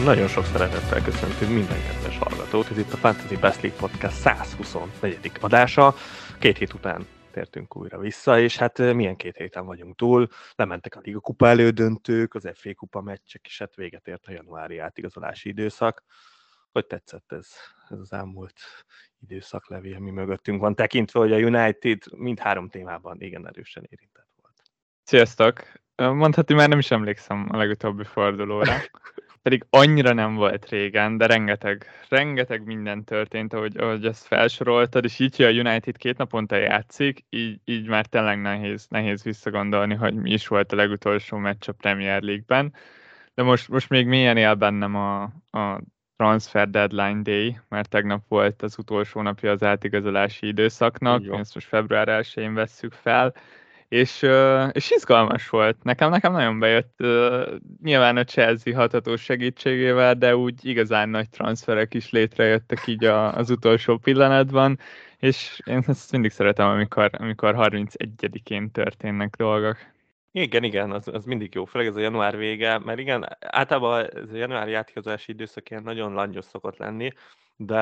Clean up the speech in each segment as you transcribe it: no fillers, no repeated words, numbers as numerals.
Nagyon sok szeretettel köszöntünk minden kedves hallgatót. Ez itt a Fantasy Best League Podcast 124. adása. 2 hét után tértünk újra vissza, és hát milyen 2 héten vagyunk túl. Lementek a Liga Kupa elődöntők, az FA Kupa meccsek, és hát véget ért a januári átigazolási időszak. Hogy tetszett ez az elmúlt időszak, Levi, ami mögöttünk van, tekintve, hogy a United mindhárom témában igen erősen érintett volt. Sziasztok! Mondhatni, már nem is emlékszem a legutóbbi fordulóra. Pedig annyira nem volt régen, de rengeteg minden történt, ahogy ezt felsoroltad, és így, hogy a United 2 naponta játszik, így már tényleg nehéz visszagondolni, hogy mi is volt a legutolsó meccs a Premier League-ben. De most még mélyen él bennem a Transfer Deadline Day, mert tegnap volt az utolsó napja az átigazolási időszaknak, ezt most február 1-én vesszük fel, és izgalmas volt. Nekem nagyon bejött, nyilván a Chelsea hatható segítségével, de úgy igazán nagy transferek is létrejöttek így az utolsó pillanatban, és én ezt mindig szeretem, amikor 31-én történnek dolgok. Igen, az mindig jó, főleg ez a január vége, mert igen, általában ez a januári átigazolási időszak ilyen nagyon langyos szokott lenni, de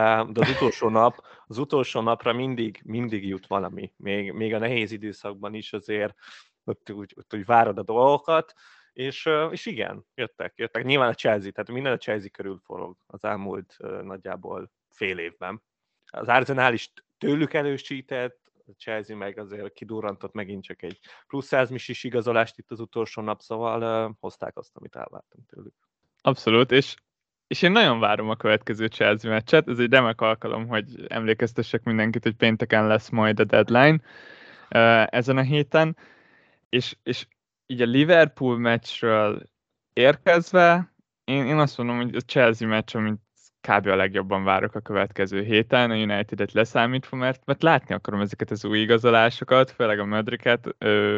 az utolsó napra mindig jut valami. Még a nehéz időszakban is azért ott úgy várod a dolgokat, és igen, jöttek. Nyilván a Chelsea, tehát minden a Chelsea körül forog az elmúlt nagyjából fél évben. Az Arsenal is tőlük elősített, a Chelsea meg azért kidurrantott megint csak egy plusz 100 misis igazolást itt az utolsó nap, szóval hozták azt, amit elvártam tőlük. Abszolút, és én nagyon várom a következő Chelsea meccset, ez egy remek alkalom, hogy emlékeztessek mindenkit, hogy pénteken lesz majd a deadline ezen a héten, és így a Liverpool meccsről érkezve, én azt mondom, hogy a Chelsea meccs, amit kb. A legjobban várok a következő héten, a United-et leszámítva, mert látni akarom ezeket az új igazolásokat, főleg a Mudryket,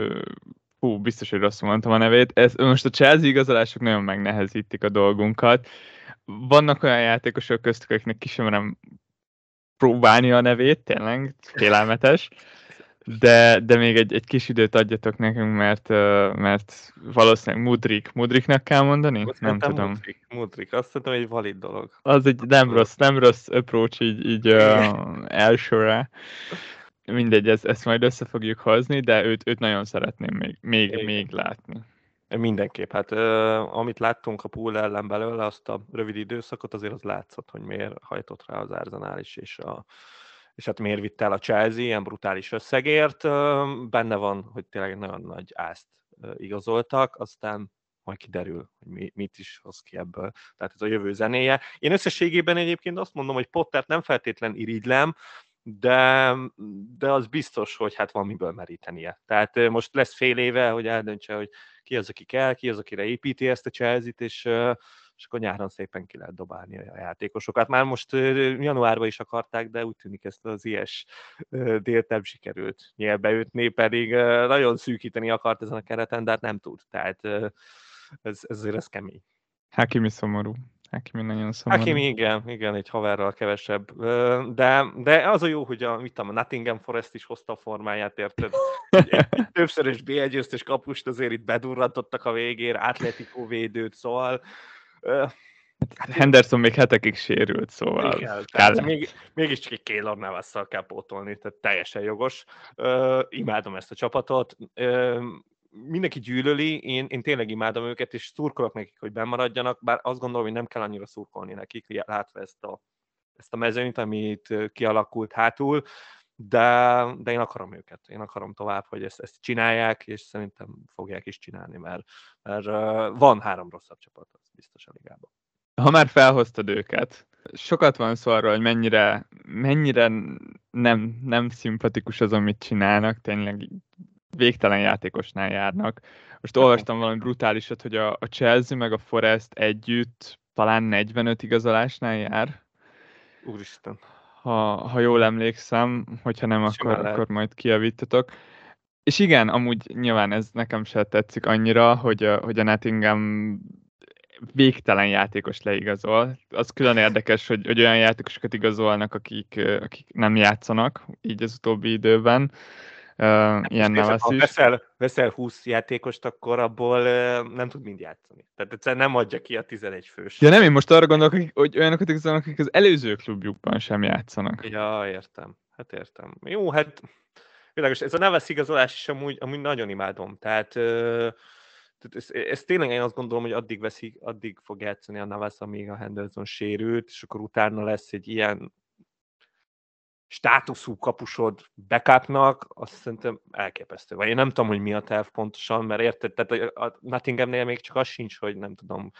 biztos, hogy rosszul mondtam a nevét. Most a Chelsea igazolások nagyon megnehezítik a dolgunkat. Vannak olyan játékosok köztük, akiknek ki sem merem próbálni a nevét, tényleg félelmetes. De még egy kis időt adjatok nekünk, mert valószínűleg Mudriknak kell mondani? Nem tudom. Mudrik, azt hiszem, hogy egy valid dolog. Az egy nem rossz approach így elsőre. Mindegy, ezt majd össze fogjuk hozni, de őt nagyon szeretném még látni. Mindenképp. Hát amit láttunk a Pool ellen belőle, azt a rövid időszakot, azért az látszott, hogy miért hajtott rá az Arsenal is, és hát miért vitt el a Chelsea ilyen brutális összegért. Benne van, hogy tényleg nagyon nagy ázt igazoltak, aztán majd kiderül, hogy mit is hoz ki ebből. Tehát ez a jövő zenéje. Én összességében egyébként azt mondom, hogy Pottert nem feltétlen irigylem, de az biztos, hogy hát van miből merítenie. Tehát most lesz fél éve, hogy eldöntse, hogy ki az, aki kell, ki az, akire építi ezt a Chelsea-t, és akkor nyáron szépen ki lehet dobálni a játékosokat. Már most januárban is akarták, de úgy tűnik ezt az ilyes délt nem sikerült nyelbeütni, pedig nagyon szűkíteni akart ezen a kereten, de hát nem tud. Tehát ez kemény. Hakimi szomorú. Hakimi nagyon szomorú. Hakimi, igen, egy haverral kevesebb. De az a jó, hogy a Nottingham Forest is hozta a formáját, érted? Egy többszörös B1-ös kapust azért itt bedurrantottak a végére, Atletico védőt, szóval... Henderson még hetekig sérült, szóval... Igen, mégiscsak egy Keylor Navasszal kell pótolni, tehát teljesen jogos. Imádom ezt a csapatot. Mindenki gyűlöli, én tényleg imádom őket, és szurkolok nekik, hogy bennmaradjanak, bár azt gondolom, hogy nem kell annyira szurkolni nekik, látva ezt a mezőnyt, amit kialakult hátul, de én akarom őket, én akarom tovább, hogy ezt csinálják, és szerintem fogják is csinálni, mert van 3 rosszabb csapat, az biztos a ligában. Ha már felhoztad őket, sokat van szó arról, hogy mennyire nem szimpatikus az, amit csinálnak, tényleg végtelen játékosnál járnak. Most olvastam valami brutálisat, hogy a Chelsea meg a Forest együtt talán 45 igazolásnál jár. Úristen. Ha jól emlékszem, hogyha nem, akkor majd kijavítatok. És igen, amúgy nyilván ez nekem se tetszik annyira, hogy a Nottingham végtelen játékos leigazol. Az külön érdekes, hogy olyan játékosokat igazolnak, akik nem játszanak így az utóbbi időben. ilyen Navas Ha is. veszel 20 játékost, akkor abból nem tud mind játszani. Tehát egyszerűen nem adja ki a 11 fős. Ja nem, én most arra gondolok, hogy olyanokat igazolnak, akik az előző klubjukban sem játszanak. Ja, értem. Hát értem. Jó, hát világos, ez a Navas igazolás is amúgy nagyon imádom. Tehát ez tényleg én azt gondolom, hogy addig fog játszani a Navas, amíg a Henderson sérült, és akkor utána lesz egy ilyen státuszú kapusod backupnak, azt szerintem elképesztő. Vagy én nem tudom, hogy mi a terv pontosan, mert érted, tehát a Nottinghamnél még csak az sincs, hogy nem tudom,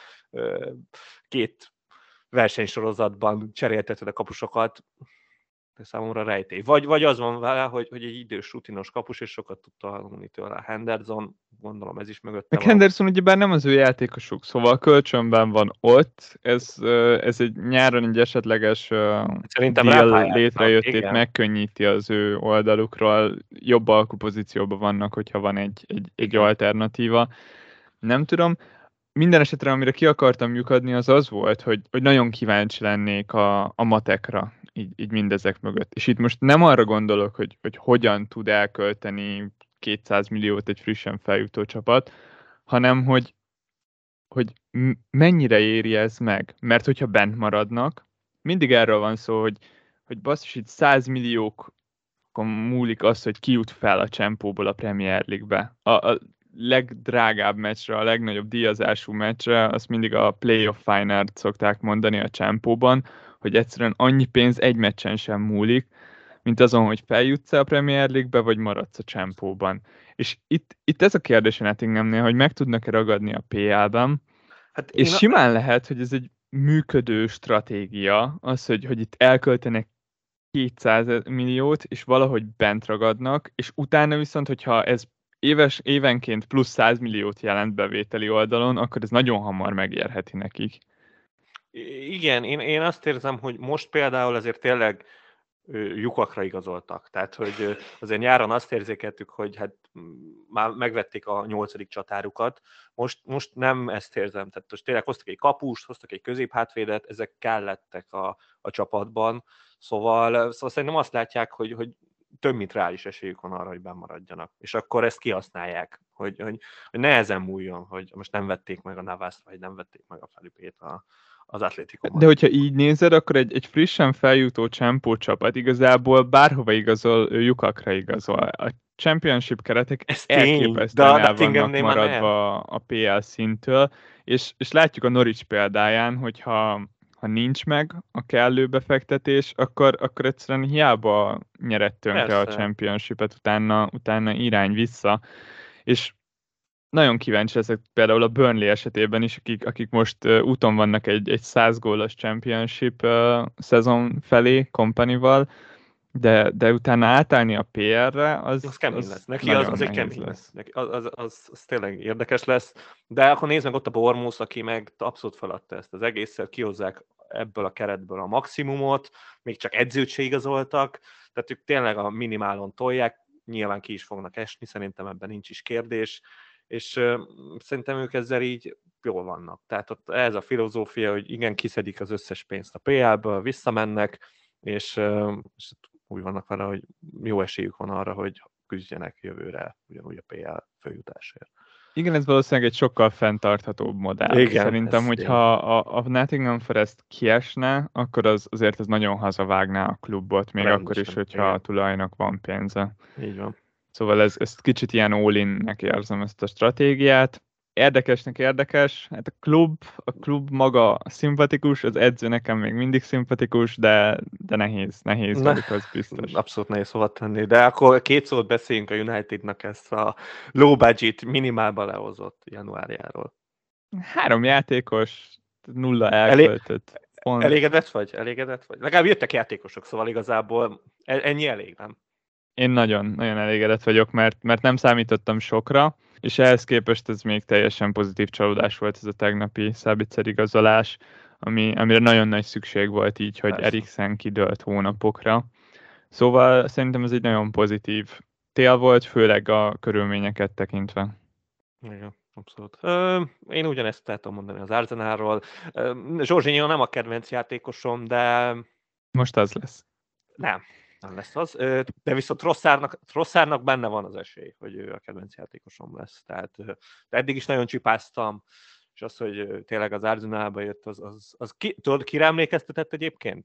két versenysorozatban cserélteted a kapusokat, de számomra rejtély. Vagy az van vele, hogy egy idős, rutinos kapus, és sokat tud tanulni tőle a Henderson, gondolom ez is mögötte Meg van. Henderson ugyebár nem az ő játékosuk, szóval kölcsönben van ott, ez egy nyáron egy esetleges deal létrejöttét megkönnyíti az ő oldalukról, jobb alkupozícióban vannak, hogyha van egy alternatíva. Nem tudom, minden esetre, amire ki akartam lyukadni, az volt, hogy nagyon kíváncsi lennék a matekra, így mindezek mögött. És itt most nem arra gondolok, hogy hogyan tud elkölteni 200 milliót egy frissen feljutó csapat, hanem hogy mennyire éri ez meg. Mert hogyha bent maradnak, mindig erről van szó, hogy basszus, itt 100 milliókon múlik az, hogy ki jut fel a csempóból a Premier League-be. A legdrágább meccsre, a legnagyobb díjazású meccsre, azt mindig a playoff final-t szokták mondani a csempóban, hogy egyszerűen annyi pénz egy meccsen sem múlik, mint azon, hogy feljutsz a Premier League-be, vagy maradsz a csempóban. És itt ez a kérdés a Nottinghamnél, hogy meg tudnak-e ragadni a PL-ben, hát és simán lehet, hogy ez egy működő stratégia, az, hogy itt elköltenek 200 milliót, és valahogy bent ragadnak, és utána viszont, hogyha ez évenként plusz 100 milliót jelent bevételi oldalon, akkor ez nagyon hamar megérheti nekik. Igen, én azt érzem, hogy most például azért tényleg lyukakra igazoltak. Tehát, hogy azért nyáron azt érzékeltük, hogy hát már megvették a 8. csatárukat. Most nem ezt érzem. Tehát most tényleg hoztak egy kapust, hoztak egy középhátvédet, ezek kellettek a csapatban. Szóval szerintem azt látják, hogy több mint reális esélyük van arra, hogy bennmaradjanak. És akkor ezt kihasználják, hogy nehezen múljon, hogy most nem vették meg a Navast, vagy nem vették meg a Felipét az Atlético-ban. De hogyha így nézed, akkor egy frissen feljutó csempó csapat igazából bárhova igazol, lyukakra igazol. A Championship keretek elképesztően el vannak maradva a PL szintől, és látjuk a Norwich példáján, hogyha nincs meg a kellő befektetés, akkor egyszerűen hiába nyerett tönkre a Championship-et, utána irány vissza. És nagyon kíváncsi leszek például a Burnley esetében is, akik most úton vannak egy 100 gólos Championship szezon felé Companyval, de utána átállni a PR-re, az kemény lesz. Neki az egy kemény lesz. Neki az tényleg érdekes lesz. De akkor nézd meg ott a Bournemouth, aki meg abszolút feladta ezt az egészet, kihozzák ebből a keretből a maximumot, még csak edzőt se igazoltak, tehát ők tényleg a minimálon tolják, nyilván ki is fognak esni, szerintem ebben nincs is kérdés, és szerintem ők ezzel így jól vannak. Tehát ott ez a filozófia, hogy igen, kiszedik az összes pénzt a PL-ből, visszamennek, és úgy vannak vele, hogy jó esélyük van arra, hogy küzdjenek jövőre ugyanúgy a PL följutásért. Igen, ez valószínűleg egy sokkal fenntarthatóbb modell. Igen, szerintem, hogyha a Nottingham Forest kiesne, akkor azért ez nagyon hazavágná a klubot, még rendesen, akkor is, hogyha igen. A tulajnak van pénze. Így van. Szóval ezt kicsit ilyen all-innek érzem ezt a stratégiát. Érdekes, hát a klub maga szimpatikus, az edző nekem még mindig szimpatikus, de nehéz velük, az biztos. Abszolút nehéz hova tenni, de akkor 2 szót beszéljünk a Unitednak ezt a low budget, minimálba lehozott januárjáról. 3 játékos, 0 elköltött. Elégedett vagy? Legalább jöttek játékosok, szóval igazából ennyi elég, nem? Én nagyon elégedett vagyok, mert nem számítottam sokra, és ehhez képest ez még teljesen pozitív csalódás volt ez a tegnapi Sabitzer igazolás, amire nagyon nagy szükség volt így, hogy Eriksen kidőlt hónapokra. Szóval szerintem ez egy nagyon pozitív tél volt, főleg a körülményeket tekintve. Igen, abszolút. Én ugyanezt tudom mondani az Arsenalról. Jorginho nem a kedvenc játékosom, de... Most az lesz. Nem. Nem lesz az, de viszont Trossardnak benne van az esély, hogy ő a kedvenc játékosom lesz. Tehát eddig is nagyon csipáztam, és az, hogy tényleg az Arsenalba jött, az tudod, kire emlékeztetett egyébként?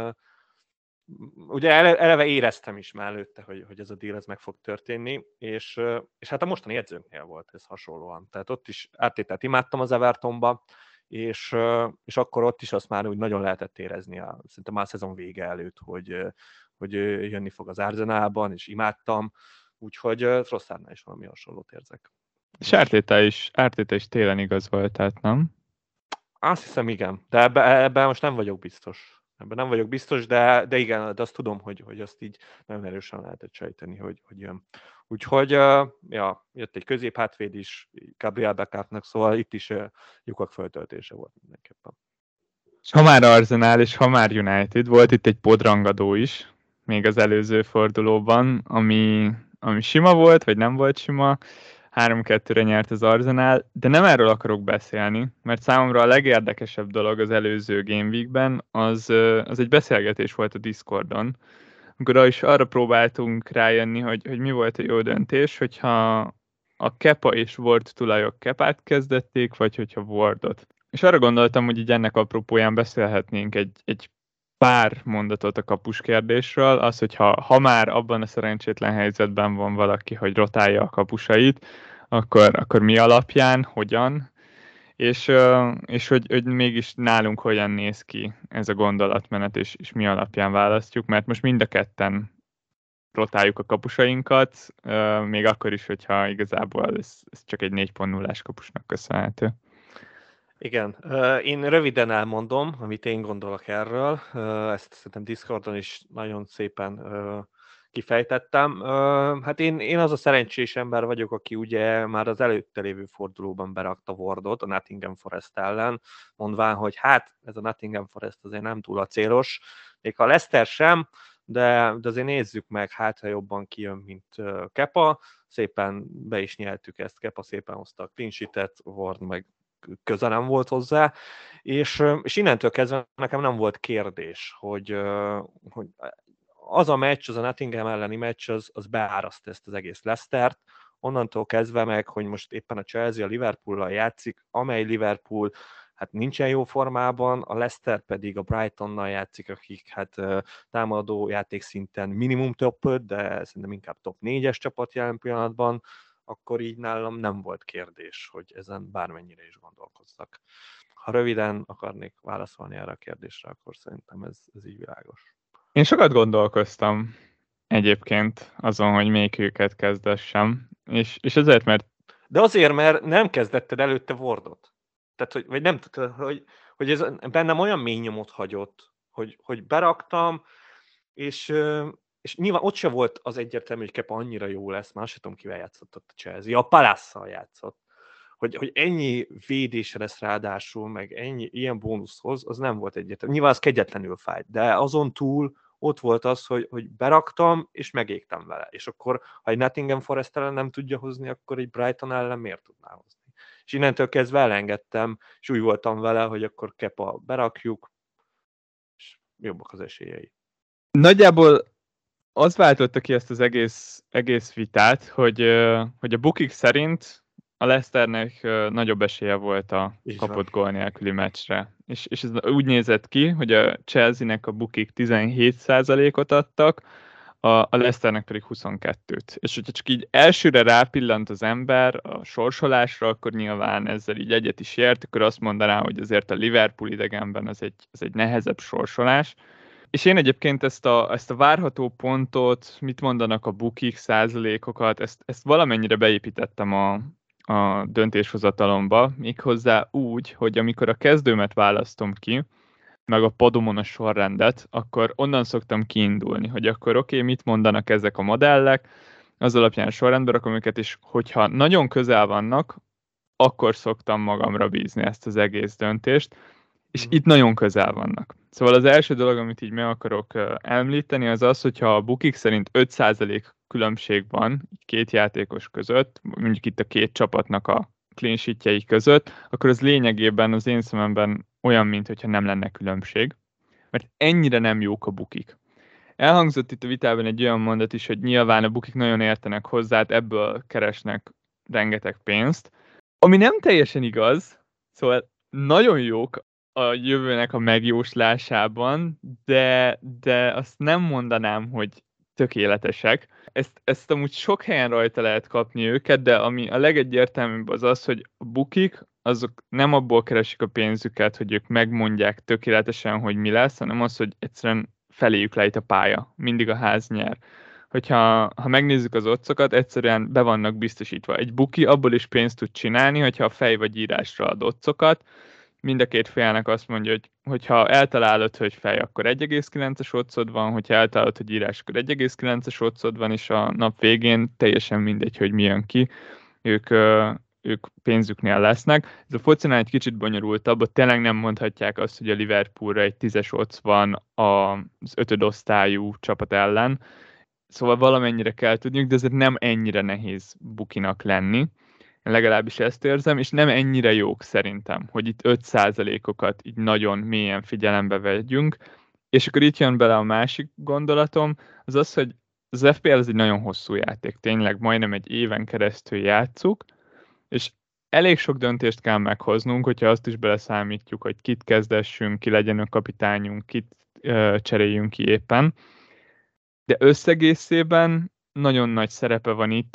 Ugye eleve éreztem is már előtte, hogy ez a deal ez meg fog történni, és hát a mostani edzőnknél volt ez hasonlóan. Tehát ott is áttételt imádtam az Evertonba, és akkor ott is azt már úgy nagyon lehetett érezni, szerintem már a szezon vége előtt, hogy jönni fog az Arsenalban, és imádtam, úgyhogy Trossardnál is valami hasonlót érzek. És Arteta is télen igaz volt, tehát nem? Azt hiszem, igen, de ebben most nem vagyok biztos. Ebben nem vagyok biztos, de igen, de azt tudom, hogy azt így nagyon erősen lehetett sejteni, hogy jön. Úgyhogy, jött egy középhátvéd is, Gabriel Beckhartnak, szóval itt is lyukak föltöltése volt mindenképpen. És ha már Arsenal, és ha már United, volt itt egy podrangadó is, még az előző fordulóban, ami sima volt, vagy nem volt sima. 3-2-re nyert az Arsenal, de nem erről akarok beszélni, mert számomra a legérdekesebb dolog az előző Game Weekben az egy beszélgetés volt a Discordon, amikor is arra próbáltunk rájönni, hogy mi volt a jó döntés, hogyha a Kepa és Ward tulajok Kepát kezdették, vagy hogyha Wardot. És arra gondoltam, hogy így ennek apropóján beszélhetnénk egy pár mondatot a kapus kérdésről, az, hogy ha már abban a szerencsétlen helyzetben van valaki, hogy rotálja a kapusait, akkor mi alapján, hogyan, és hogy mégis nálunk hogyan néz ki ez a gondolatmenet, és mi alapján választjuk, mert most mind a ketten rotáljuk a kapusainkat, még akkor is, hogyha igazából ez csak egy 4.0-ás kapusnak köszönhető. Igen, én röviden elmondom, amit én gondolok erről. Ezt szerintem Discordon is nagyon szépen kifejtettem. Hát én az a szerencsés ember vagyok, aki ugye már az előtte lévő fordulóban berakta Wardot a Nottingham Forest ellen, mondván, hogy hát ez a Nottingham Forest azért nem túl acélos, még ha Leicester sem, de azért nézzük meg, hát ha jobban kijön, mint Kepa. Szépen be is nyeltük ezt, Kepa szépen hozta a clean sheet-et, Ward meg köze nem volt hozzá, és innentől kezdve nekem nem volt kérdés, hogy az a meccs, az a Nottingham elleni meccs, az beáraszt ezt az egész Leicestert, onnantól kezdve meg, hogy most éppen a Chelsea a Liverpoollal játszik, amely Liverpool hát nincsen jó formában, a Leicester pedig a Brightonnal játszik, akik hát támadó játékszinten minimum top 5, de szerintem inkább top 4-es csapat jelen pillanatban, akkor így nálam nem volt kérdés, hogy ezen bármennyire is gondolkozzak. Ha röviden akarnék válaszolni erre a kérdésre, akkor szerintem ez így világos. Én sokat gondolkoztam egyébként azon, hogy melyiküket kezdessem, és ezért, mert... De azért, mert nem kezdetted előtte Wardot. Tehát, vagy nem tudod, hogy ez bennem olyan mély nyomot hagyott, hogy beraktam, és nyilván ott se volt az egyértelmű, hogy Kepa annyira jó lesz, már sem tudom, kivel játszott ott a Chelsea, a Palace-szal játszott. Hogy ennyi védésre lesz ráadásul, meg ennyi ilyen bónuszhoz, az nem volt egyértelmű. Nyilván az kegyetlenül fájt, de azon túl ott volt az, hogy beraktam, és megégtem vele. És akkor, ha egy Nottingham Forest ellen nem tudja hozni, akkor egy Brighton ellen miért tudná hozni? És innentől kezdve elengedtem, és úgy voltam vele, hogy akkor Kepa berakjuk, és jobbak az esélyei. Nagyjából az váltotta ki ezt az egész vitát, hogy a bookik szerint a Leicesternek nagyobb esélye volt a kapott gól nélküli meccsre. És ez úgy nézett ki, hogy a Chelsea-nek a bookik 17%-ot adtak, a Leicesternek pedig 22-t. És hogyha csak így elsőre rápillant az ember a sorsolásra, akkor nyilván ezzel így egyet is ért, akkor azt mondaná, hogy azért a Liverpool idegenben az egy nehezebb sorsolás. És én egyébként ezt a várható pontot, mit mondanak a bookik, százalékokat, ezt valamennyire beépítettem a döntéshozatalomba, méghozzá úgy, hogy amikor a kezdőmet választom ki, meg a padomon a sorrendet, akkor onnan szoktam kiindulni, hogy akkor oké, mit mondanak ezek a modellek, az alapján a sorrendbe rakom őket, és hogyha nagyon közel vannak, akkor szoktam magamra bízni ezt az egész döntést, és itt nagyon közel vannak. Szóval az első dolog, amit így meg akarok említeni, az az, hogyha a bookik szerint 5% különbség van két játékos között, mondjuk itt a két csapatnak a clean sheetjei között, akkor az lényegében az én szememben olyan, mintha nem lenne különbség. Mert ennyire nem jók a bookik. Elhangzott itt a vitában egy olyan mondat is, hogy nyilván a bukik nagyon értenek hozzá, hát ebből keresnek rengeteg pénzt, ami nem teljesen igaz, szóval nagyon jók a jövőnek a megjóslásában, de azt nem mondanám, hogy tökéletesek. Ezt amúgy sok helyen rajta lehet kapni őket, de ami a legegyértelműbb az az, hogy a bukik azok nem abból keresik a pénzüket, hogy ők megmondják tökéletesen, hogy mi lesz, hanem az, hogy egyszerűen feléjük lejt a pálya. Mindig a ház nyer. Ha megnézzük az oddsokat, egyszerűen be vannak biztosítva. Egy buki abból is pénzt tud csinálni, hogyha a fej vagy írásra ad oddsokat. Mind a két félnek azt mondja, hogy ha eltalálod, hogy fej, akkor 1,9-es oddszod van, hogyha eltalálod, hogy írás, akkor 1,9-es oddszod van, és a nap végén teljesen mindegy, hogy mi jön ki. Ők pénzüknél lesznek. Ez a focinál egy kicsit bonyolultabb, ott tényleg nem mondhatják azt, hogy a Liverpoolra egy 10-es odds van az 5. osztályú csapat ellen. Szóval valamennyire kell tudniuk, de ezért nem ennyire nehéz bukinak lenni. Én legalábbis ezt érzem, és nem ennyire jók szerintem, hogy itt 5%-okat így nagyon mélyen figyelembe vegyünk. És akkor itt jön bele a másik gondolatom, az az, hogy az FPL ez egy nagyon hosszú játék, tényleg majdnem egy éven keresztül játsszuk, és elég sok döntést kell meghoznunk, hogyha azt is beleszámítjuk, hogy kit kezdessünk, ki legyen a kapitányunk, kit cseréljünk ki éppen. De összegészében nagyon nagy szerepe van itt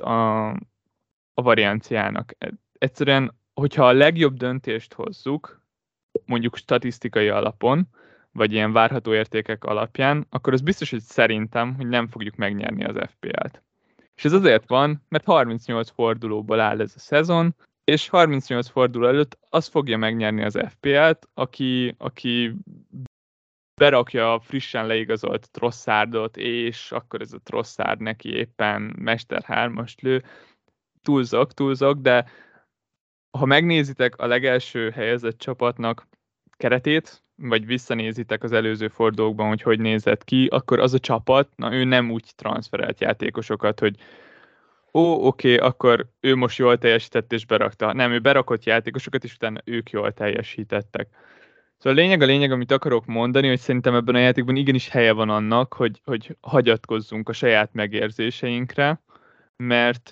a varianciának. Egyszerűen, hogyha a legjobb döntést hozzuk, mondjuk statisztikai alapon, vagy ilyen várható értékek alapján, akkor az biztos, hogy szerintem, hogy nem fogjuk megnyerni az FPL-t. És ez azért van, mert 38 fordulóból áll ez a szezon, és 38 forduló előtt az fogja megnyerni az FPL-t, aki berakja a frissen leigazolt Trossardot, és akkor ez a Trossard neki éppen Mester 3-ast lő. Túlzok, de ha megnézitek a legelső helyezett csapatnak keretét, vagy visszanézitek az előző fordulókban, hogy nézett ki, akkor az a csapat, ő nem úgy transferelt játékosokat, hogy oké, akkor ő most jól teljesített és berakta. Nem, ő berakott játékosokat, és utána ők jól teljesítettek. Szóval a lényeg, amit akarok mondani, hogy szerintem ebben a játékban igenis helye van annak, hogy hagyatkozzunk a saját megérzéseinkre, mert,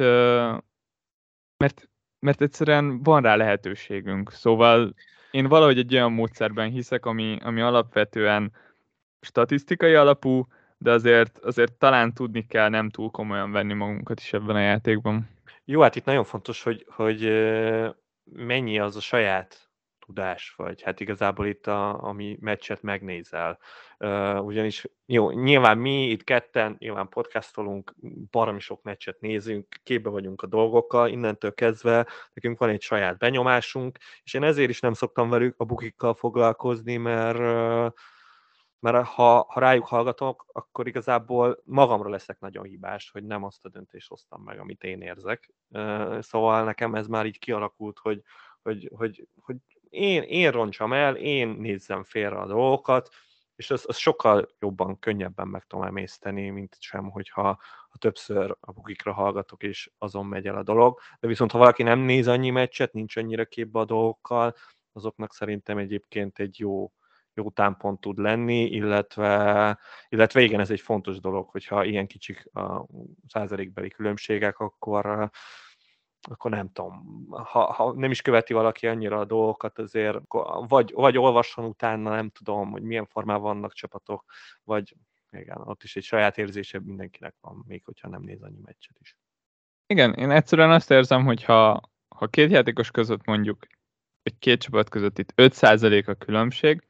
mert, mert egyszerűen van rá lehetőségünk. Szóval én valahogy egy olyan módszerben hiszek, ami alapvetően statisztikai alapú, de azért talán tudni kell nem túl komolyan venni magunkat is ebben a játékban. Jó, hát itt nagyon fontos, hogy mennyi az a saját tudás, vagy hát igazából itt ami meccset megnézel. Ugyanis jó, nyilván mi itt ketten, nyilván podcastolunk, baromi sok meccset nézünk, képbe vagyunk a dolgokkal, innentől kezdve nekünk van egy saját benyomásunk, és én ezért is nem szoktam velük a bukikkal foglalkozni, mert ha rájuk hallgatok, akkor igazából magamra leszek nagyon hibás, hogy nem azt a döntést hoztam meg, amit én érzek. Szóval nekem ez már így kialakult, hogy én roncsam el, én nézzem félre a dolgokat, és az sokkal jobban, könnyebben meg tudom emészteni, mint sem, hogyha többször a bukikra hallgatok, és azon megy el a dolog. De viszont ha valaki nem néz annyi meccset, nincs annyira képbe a dolgokkal, azoknak szerintem egyébként egy jó támpont tud lenni, illetve igen, ez egy fontos dolog, hogyha ilyen kicsik a százalékbeli különbségek, akkor nem tudom, ha nem is követi valaki annyira a dolgokat, azért vagy olvasson utána, nem tudom, hogy milyen formában vannak csapatok, vagy igen, ott is egy saját érzése mindenkinek van, még hogyha nem néz annyi meccset is. Igen, én egyszerűen azt érzem, hogy ha két játékos között mondjuk, egy két csapat között itt 5% a különbség,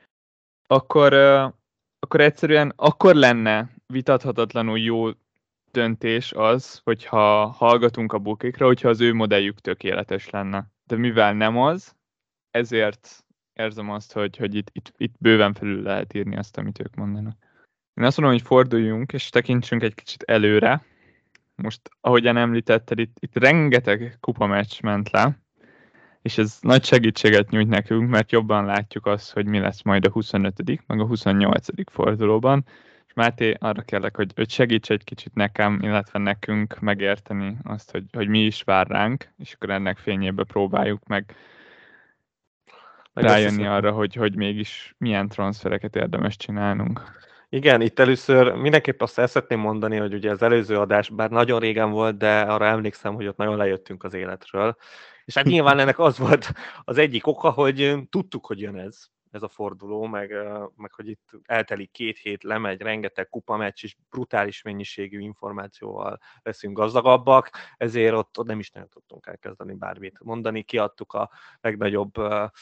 akkor egyszerűen akkor lenne vitathatatlanul jó döntés az, hogyha hallgatunk a bukikra, hogyha az ő modelljük tökéletes lenne. De mivel nem az, ezért érzem azt, hogy itt bőven felül lehet írni azt, amit ők mondanak. Én azt mondom, hogy forduljunk, és tekintsünk egy kicsit előre. Most, ahogyan említetted, itt rengeteg kupameccs ment le, és ez nagy segítséget nyújt nekünk, mert jobban látjuk azt, hogy mi lesz majd a 25. meg a 28. fordulóban. És Máté, arra kérlek, hogy segíts egy kicsit nekem, illetve nekünk megérteni azt, hogy mi is vár ránk, és akkor ennek fényébe próbáljuk meg rájönni arra, hogy mégis milyen transfereket érdemes csinálnunk. Igen, itt először mindenképp azt el szeretném mondani, hogy ugye az előző adás, bár nagyon régen volt, de arra emlékszem, hogy ott nagyon lejöttünk az életről. És hát nyilván ennek az volt az egyik oka, hogy tudtuk, hogy jön ez a forduló, meg hogy itt eltelik 2 hét, lemegy rengeteg kupameccs, és brutális mennyiségű információval leszünk gazdagabbak, ezért ott nem is nagyon tudtunk elkezdeni bármit mondani. Kiadtuk a legnagyobb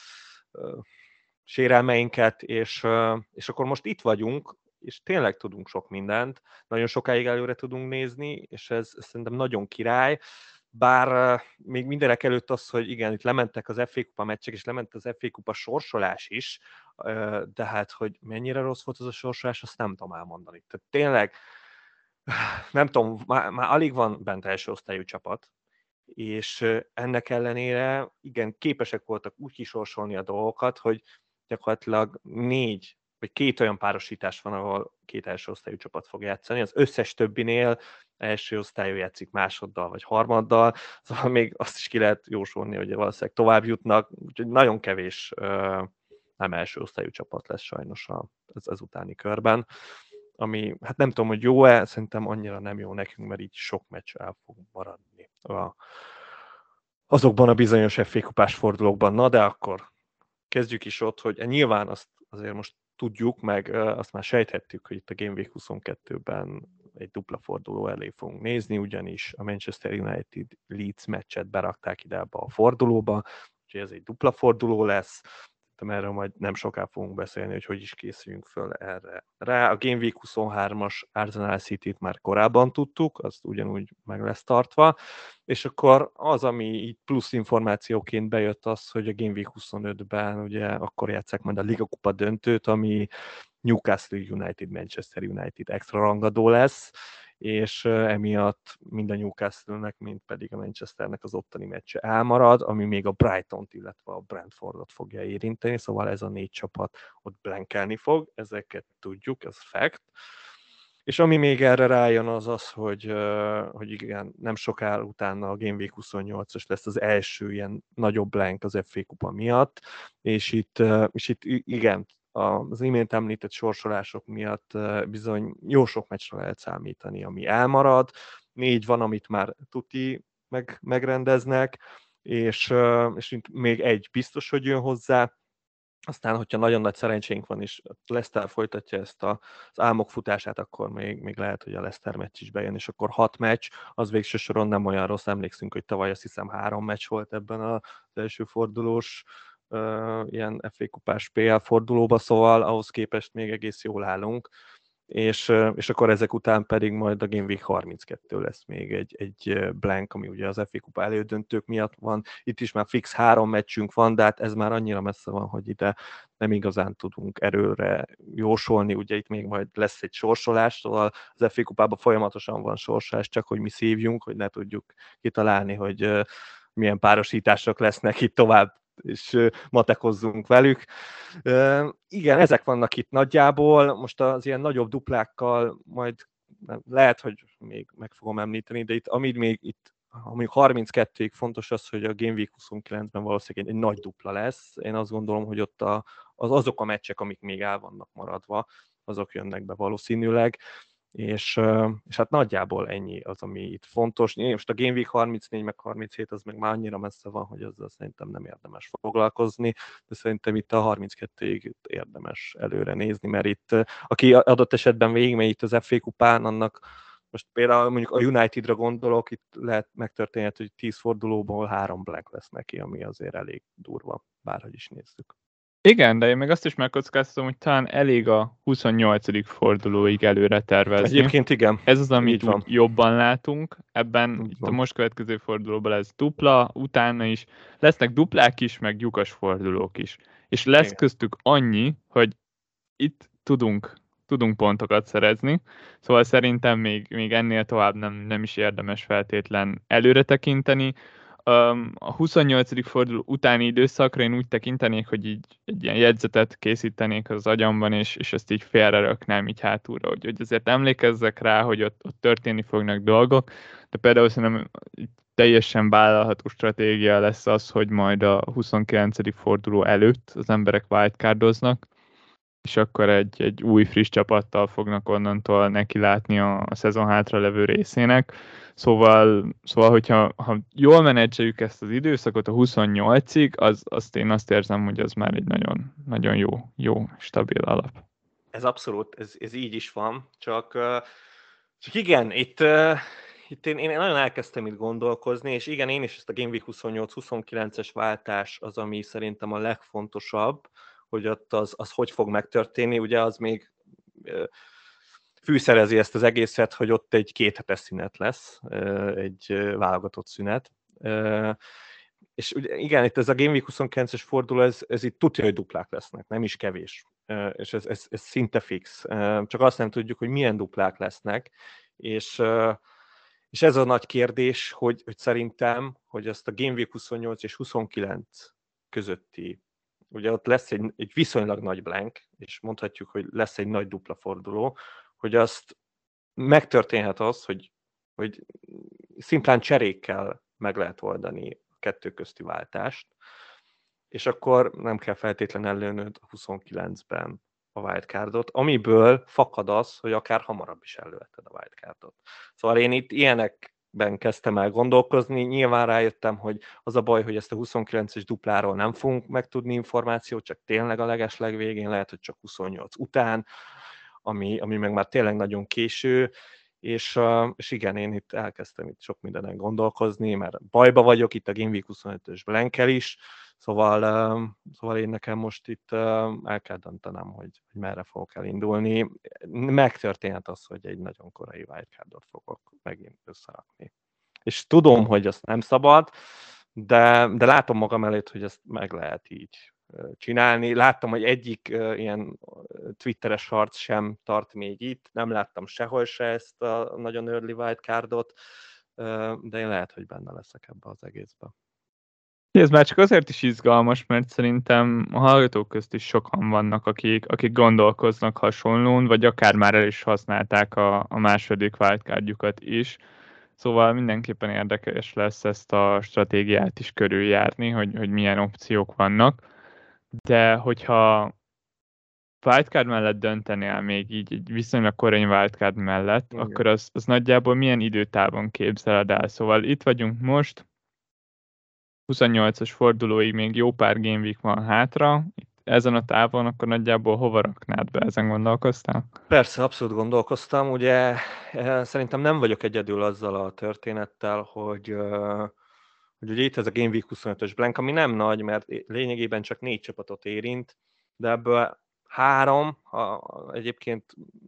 sérelmeinket, és akkor most itt vagyunk, és tényleg tudunk sok mindent, nagyon sokáig előre tudunk nézni, és ez szerintem nagyon király, bár még mindenek előtt az, hogy igen, itt lementek az FA Kupa meccsek, és lement az FA Kupa sorsolás is, de hát, hogy mennyire rossz volt az a sorsolás, azt nem tudom elmondani. Tehát tényleg, nem tudom, már alig van bent első osztályú csapat, és ennek ellenére igen, képesek voltak úgy kisorsolni a dolgokat, hogy gyakorlatilag 4 vagy 2 olyan párosítás van, ahol 2 első osztályú csapat fog játszani. Az összes többinél első osztályú játszik másoddal vagy harmaddal, szóval még azt is ki lehet jósolni, hogy valószínűleg tovább jutnak, úgyhogy nagyon kevés nem első osztályú csapat lesz sajnos az utáni körben, ami, hát nem tudom, hogy jó-e, szerintem annyira nem jó nekünk, mert így sok meccs el fog maradni azokban a bizonyos FA kupás fordulókban. Na, de akkor kezdjük is ott, hogy nyilván azt azért most tudjuk, meg azt már sejthettük, hogy itt a Game Week 22-ben egy dupla forduló elé fogunk nézni, ugyanis a Manchester United Leeds meccset berakták ide ebbe a fordulóba, úgyhogy ez egy dupla forduló lesz, erről majd nem soká fogunk beszélni, hogy is készüljünk föl erre. Rá a Game Week 23-as Arsenal City-t már korábban tudtuk, azt ugyanúgy meg lesz tartva, és akkor az, ami így plusz információként bejött az, hogy a Game Week 25-ben ugye akkor játsszák majd a Liga Kupa döntőt, ami Newcastle United, Manchester United extra rangadó lesz, és emiatt mind a Newcastle-nek, mind pedig a Manchesternek az ottani meccse elmarad, ami még a Brightont, illetve a Brentfordot fogja érinteni, szóval ez a 4 csapat ott blankelni fog, ezeket tudjuk, ez fact. És ami még erre rájön az az, hogy igen, nem sokára utána a Game Week 28-as lesz az első ilyen nagyobb blank az FA Kupa miatt, és itt igen, az imént említett sorsolások miatt bizony jó sok meccsre lehet számítani, ami elmarad. 4 van, amit már tuti megrendeznek, és még egy biztos, hogy jön hozzá. Aztán, hogyha nagyon nagy szerencsénk van, és Leicester folytatja ezt az álmok futását, akkor még lehet, hogy a Leicester meccs is bejön, és akkor 6 meccs, az végső soron nem olyan rossz. Emlékszünk, hogy tavaly azt hiszem 3 meccs volt ebben az első fordulós ilyen FA kupás PL fordulóba, szóval ahhoz képest még egész jól állunk. És akkor ezek után pedig majd a Game Week 32 lesz még egy blank, ami ugye az FA Kupa elődöntők miatt van. Itt is már fix 3 meccsünk van, de hát ez már annyira messze van, hogy ide nem igazán tudunk erőre jósolni. Ugye itt még majd lesz egy sorsolás, szóval az FA Kupában folyamatosan van sorsolás, csak hogy mi szívjunk, hogy ne tudjuk kitalálni, hogy milyen párosítások lesznek itt tovább, és matekozzunk velük. Igen, ezek vannak itt nagyjából, most az ilyen nagyobb duplákkal majd lehet, hogy még meg fogom említeni, de itt, ami 32-ig fontos az, hogy a Game Week 29-ben valószínűleg egy nagy dupla lesz. Én azt gondolom, hogy ott azok a meccsek, amik még el vannak maradva, azok jönnek be valószínűleg. És hát nagyjából ennyi az, ami itt fontos. Most a Game Week 34 meg 37 az meg már annyira messze van, hogy azzal szerintem nem érdemes foglalkozni, de szerintem itt a 32-ig érdemes előre nézni, mert itt aki adott esetben végigmegy itt az FA kupán, annak most például mondjuk a Unitedra gondolok, itt lehet megtörténhet, hogy 10 fordulóból 3 black lesz neki, ami azért elég durva, bárhogy is nézzük. Igen, de én meg azt is megkockáztatom, hogy talán elég a 28. fordulóig előre tervezni. Egyébként igen. Ez az, amit úgy jobban látunk. Ebben itt a most következő fordulóban lesz dupla, utána is lesznek duplák is, meg lyukas fordulók is. És lesz köztük annyi, hogy itt tudunk pontokat szerezni, szóval szerintem még ennél tovább nem is érdemes feltétlen előre tekinteni. A 28. forduló utáni időszakra én úgy tekintenék, hogy így egy ilyen jegyzetet készítenék az agyamban, és ezt így félre raknám így hátulra, hogy azért emlékezzek rá, hogy ott történni fognak dolgok, de például szerintem teljesen vállalható stratégia lesz az, hogy majd a 29. forduló előtt az emberek wildcardoznak, és akkor egy új friss csapattal fognak onnantól neki látni a szezon hátra levő részének. Szóval hogyha jól menedzseljük ezt az időszakot a 28-ig, azt én azt érzem, hogy az már egy nagyon, nagyon jó, stabil alap. Ez abszolút, ez így is van, csak igen, itt én nagyon elkezdtem itt gondolkozni, és igen, én is ezt a Game Week 28-29-es váltás az, ami szerintem a legfontosabb, hogy ott az hogy fog megtörténni, ugye az még fűszerezi ezt az egészet, hogy ott egy 2 hetes szünet lesz, egy válogatott szünet. És ugye, igen, itt ez a Game Week 29-es forduló, ez itt tudja, hogy duplák lesznek, nem is kevés. És ez szinte fix. Csak azt nem tudjuk, hogy milyen duplák lesznek, és ez a nagy kérdés, hogy szerintem, hogy ezt a Game Week 28 és 29 közötti, ugye ott lesz egy viszonylag nagy blank, és mondhatjuk, hogy lesz egy nagy dupla forduló, hogy azt megtörténhet az, hogy szimplán cserékkel meg lehet oldani a kettő közti váltást, és akkor nem kell feltétlenül előnöd a 29-ben a wildcardot, amiből fakad az, hogy akár hamarabb is elővetted a wildcardot. Szóval én itt ilyenekben kezdtem el gondolkozni, nyilván rájöttem, hogy az a baj, hogy ezt a 29-es dupláról nem fogunk megtudni információt, csak tényleg a legesleg végén, lehet, hogy csak 28 után, ami meg már tényleg nagyon késő, és igen, én itt elkezdtem itt sok mindenen gondolkozni, mert bajba vagyok itt a Game Week 25-ös blankel is, szóval én nekem most itt el kell döntenem, hogy merre fogok elindulni. Megtörténhet az, hogy egy nagyon korai wildcardot fogok megint összerakni. És tudom, hogy azt nem szabad, de látom magam előtt, hogy ezt meg lehet így csinálni. Láttam, hogy egyik ilyen twitteres harc sem tart még itt, nem láttam sehol se ezt a nagyon early wildcardot, de én lehet, hogy benne leszek ebbe az egészbe. Ez már csak azért is izgalmas, mert szerintem a hallgatók közt is sokan vannak, akik gondolkoznak hasonlón, vagy akár már el is használták a második wildcardjukat is. Szóval mindenképpen érdekes lesz ezt a stratégiát is körüljárni, hogy milyen opciók vannak. De hogyha wildcard mellett döntenél még így egy viszonylag korai wildcard mellett, Igen. akkor az nagyjából milyen időtávon képzeled el? Szóval itt vagyunk most, 28-as fordulóig még jó pár game week van hátra, itt ezen a távon akkor nagyjából hova raknád be, ezen gondolkoztál? Persze, abszolút gondolkoztam, ugye szerintem nem vagyok egyedül azzal a történettel, hogy ugye itt ez a Game Week 25-ös blank, ami nem nagy, mert lényegében csak 4 csapatot érint, de ebből 3, egyébként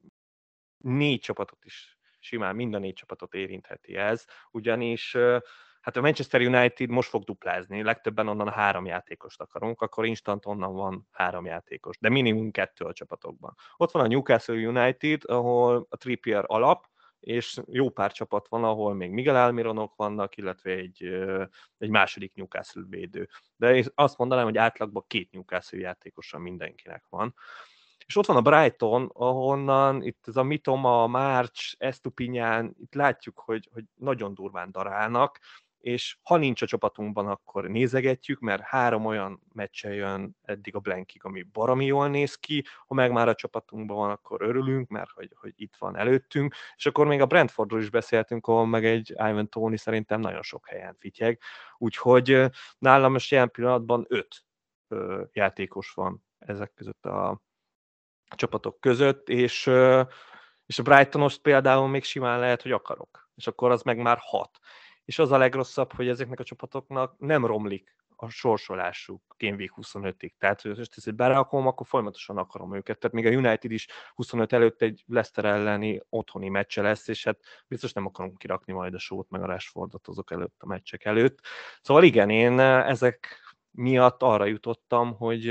4 csapatot is simán, mind a 4 csapatot érintheti ez, ugyanis hát a Manchester United most fog duplázni, legtöbben onnan 3 játékost akarunk, akkor instant onnan van 3 játékos, de minimum 2 a csapatokban. Ott van a Newcastle United, ahol a Trippier alap, és jó pár csapat van, ahol még Miguel Almironok vannak, illetve egy második Newcastle védő. De én azt mondanám, hogy átlagban 2 Newcastle játékosa mindenkinek van. És ott van a Brighton, ahonnan itt ez a Mitoma, March, Estupiñán, itt látjuk, hogy nagyon durván darálnak, és ha nincs a csapatunkban, akkor nézegetjük, mert 3 olyan meccse jön eddig a blankig, ami baromi jól néz ki, ha meg már a csapatunkban van, akkor örülünk, mert hogy itt van előttünk, és akkor még a Brentfordról is beszéltünk, ahol meg egy Ivan Toney szerintem nagyon sok helyen fityeg, úgyhogy nálam most ilyen pillanatban 5 játékos van ezek között a csapatok között, és a Brightonost például még simán lehet, hogy akarok, és akkor az meg már 6. És az a legrosszabb, hogy ezeknek a csapatoknak nem romlik a sorsolásuk Game Week 25-ig. Tehát, hogy most ezt berakom, akkor folyamatosan akarom őket. Tehát még a United is 25 előtt egy Leicester elleni otthoni meccse lesz, és hát biztos nem akarunk kirakni majd a Sót meg a Rashfordot azok előtt, a meccsek előtt. Szóval igen, én ezek miatt arra jutottam,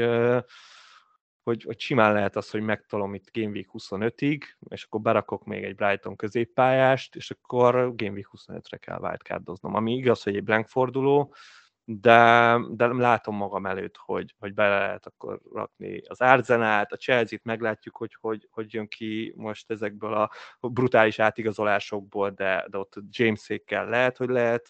hogy simán lehet az, hogy megtolom itt Game Week 25-ig, és akkor berakok még egy Brighton középpályást, és akkor Game Week 25-re kell wildcardoznom. Ami igaz, hogy egy blank forduló, de látom magam előtt, hogy bele lehet akkor rakni az Arsenalt, a Chelsea-t, meglátjuk, hogy jön ki most ezekből a brutális átigazolásokból, de ott Jamesékkel lehet, hogy lehet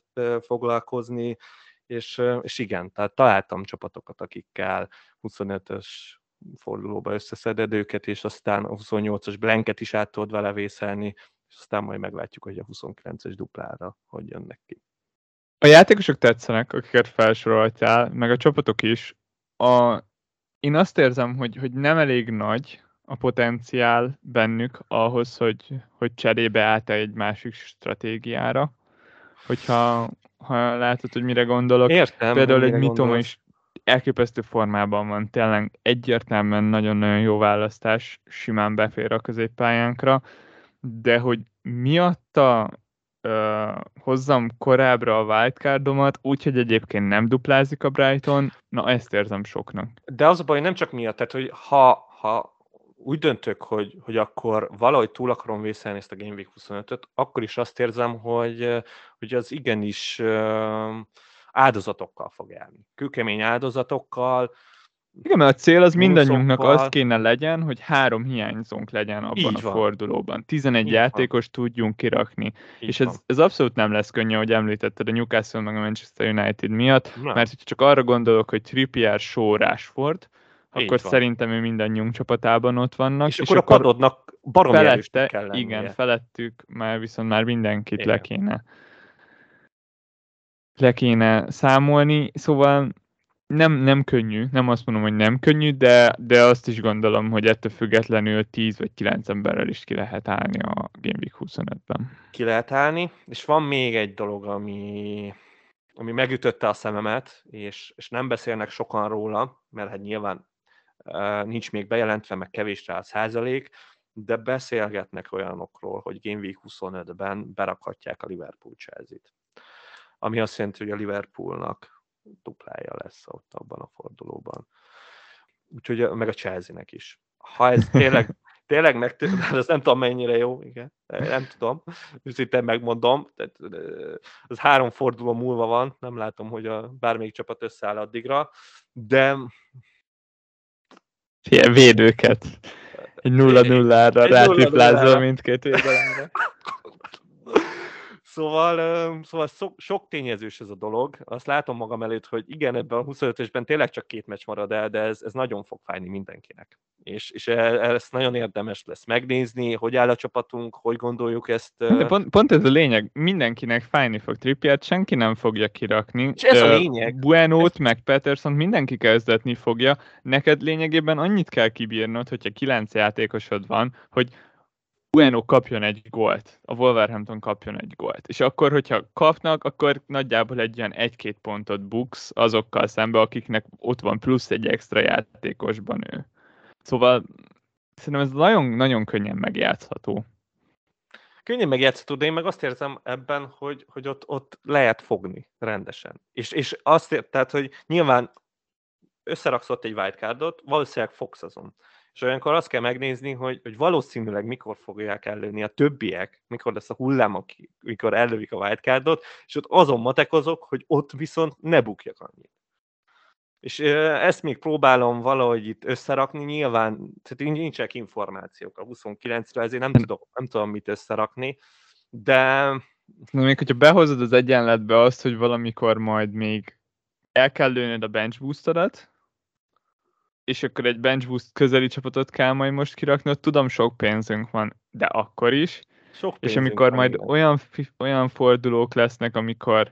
foglalkozni, és igen, tehát találtam csapatokat, akikkel 25-ös fordulóba összeszeded őket, és aztán a 28-as blanket is át tudod vele vészelni, és aztán majd meglátjuk, hogy a 29-es duplára hogy jönnek ki. A játékosok tetszenek, akiket felsoroltál, meg a csapatok is. Én azt érzem, hogy nem elég nagy a potenciál bennük ahhoz, hogy cserébe állt egy másik stratégiára. Hogyha látod, hogy mire gondolok. Értem, hogy Például egy mire Mitoma gondolsz. is elképesztő formában van, tényleg egyértelműen nagyon-nagyon jó választás, simán befér a középpályánkra, de hogy miatta hozzam korábbra a wildcardomat, úgyhogy egyébként nem duplázik a Brighton, na ezt érzem soknak. De az a baj, nem csak miatt, tehát hogy ha úgy döntök, hogy akkor valahogy túl akarom vészelni ezt a Game Week 25-öt, akkor is azt érzem, hogy az igenis áldozatokkal fog járni. Kőkemény áldozatokkal. Igen, mert a cél az mindannyiunknak mínuszokkal. az kéne legyen, hogy 3 hiányzónk legyen abban Így a van. fordulóban. 11 Így játékos tudjunk kirakni. Így és van. ez abszolút nem lesz könnyű, ahogy említetted a Newcastle meg a Manchester United miatt, Nem. mert hogyha csak arra gondolok, hogy Trippier, Shaw, Rashford, Így akkor van. szerintem ő mindannyiunk csapatában ott vannak. És akkor a padodnak baromi erősnek kell lennie. Igen, felettük viszont már mindenkit Igen. le kéne számolni, szóval nem könnyű, nem azt mondom, hogy nem könnyű, de azt is gondolom, hogy ettől függetlenül 10 vagy 9 emberrel is ki lehet állni a Game Week 25-ben. Ki lehet állni, és van még egy dolog, ami megütötte a szememet, és nem beszélnek sokan róla, mert hát nyilván nincs még bejelentve, meg kevés rá a százalék, de beszélgetnek olyanokról, hogy Game Week 25-ben berakhatják a Liverpool Chelsea-t. Ami azt jelenti, hogy a Liverpoolnak duplája lesz ott abban a fordulóban. Úgyhogy meg a Chelsea-nek is. Ha ez tényleg ez nem tudom mennyire jó, igen, nem tudom, őszintén megmondom, tehát, az 3 forduló múlva van, nem látom, hogy bármelyik csapat összeáll addigra, de... Védőket. Egy 0-0-ra rátriplázol mindkét védelemre. Szóval sok tényezős ez a dolog. Azt látom magam előtt, hogy igen, ebben a 25-ösben tényleg csak 2 meccs marad el, de ez nagyon fog fájni mindenkinek. És ezt nagyon érdemes lesz megnézni, hogy áll a csapatunk, hogy gondoljuk ezt. De pont ez a lényeg, mindenkinek fájni fog. Trippiert senki nem fogja kirakni. És ez a lényeg. Buenót meg Pattersont mindenki kezdetni fogja. Neked lényegében annyit kell kibírnod, hogyha 9 játékosod van, hogy Bueno kapjon egy gólt, a Wolverhampton kapjon egy gólt. És akkor, hogyha kapnak, akkor nagyjából egy olyan 1-2 pontot buksz azokkal szembe, akiknek ott van plusz egy extra játékosban ő. Szóval szerintem ez nagyon könnyen megjátszható. Könnyen megjátszható, de én meg azt érzem ebben, hogy ott lehet fogni rendesen. És azt tehát, hogy nyilván összeraksz ott egy wildcardot, valószínűleg fogsz azon. És olyankor azt kell megnézni, hogy valószínűleg mikor fogják ellőni a többiek, mikor lesz a hullám, mikor ellövik a wildcardot, és ott azon matekozok, hogy ott viszont ne bukjak annyit. És ezt még próbálom valahogy itt összerakni, nyilván, tehát nincsenek információk a 29-re, ezért nem tudom mit összerakni, de... Még hogyha behozod az egyenletbe azt, hogy valamikor majd még el kell lőnöd a bench boosterat, és akkor egy bench boost közeli csapatot kell majd most kiraknod, tudom, sok pénzünk van, de akkor is. És amikor van, majd olyan fordulók lesznek, amikor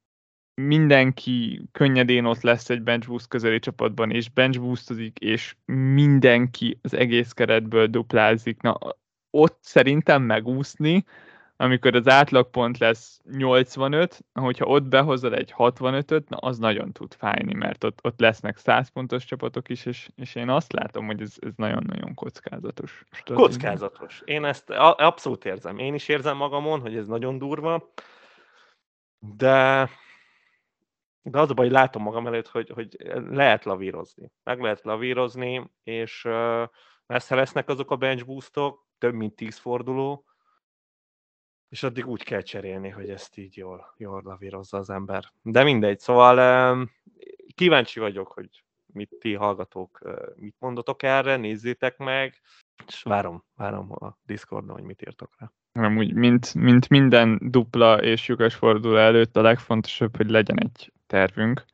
mindenki könnyedén ott lesz egy bench boost közeli csapatban, és bench boostozik, és mindenki az egész keretből duplázik, na ott szerintem megúszni, amikor az átlagpont lesz 85, hogyha ott behozol egy 65-öt, na az nagyon tud fájni, mert ott lesznek 100 pontos csapatok is, és én azt látom, hogy ez nagyon-nagyon kockázatos. Kockázatos. Én ezt abszolút érzem. Én is érzem magamon, hogy ez nagyon durva, de az a baj, hogy látom magam előtt, hogy lehet lavírozni. Meg lehet lavírozni, és messze lesznek azok a bench boostok, több mint 10 forduló, és addig úgy kell cserélni, hogy ezt így jól lavírozza az ember. De mindegy, szóval kíváncsi vagyok, hogy mit ti hallgatók, mit mondotok erre, nézzétek meg, és várom a Discordon, hogy mit írtok rá. Amúgy, mint minden dupla és lyukas forduló előtt a legfontosabb, hogy legyen egy tervünk,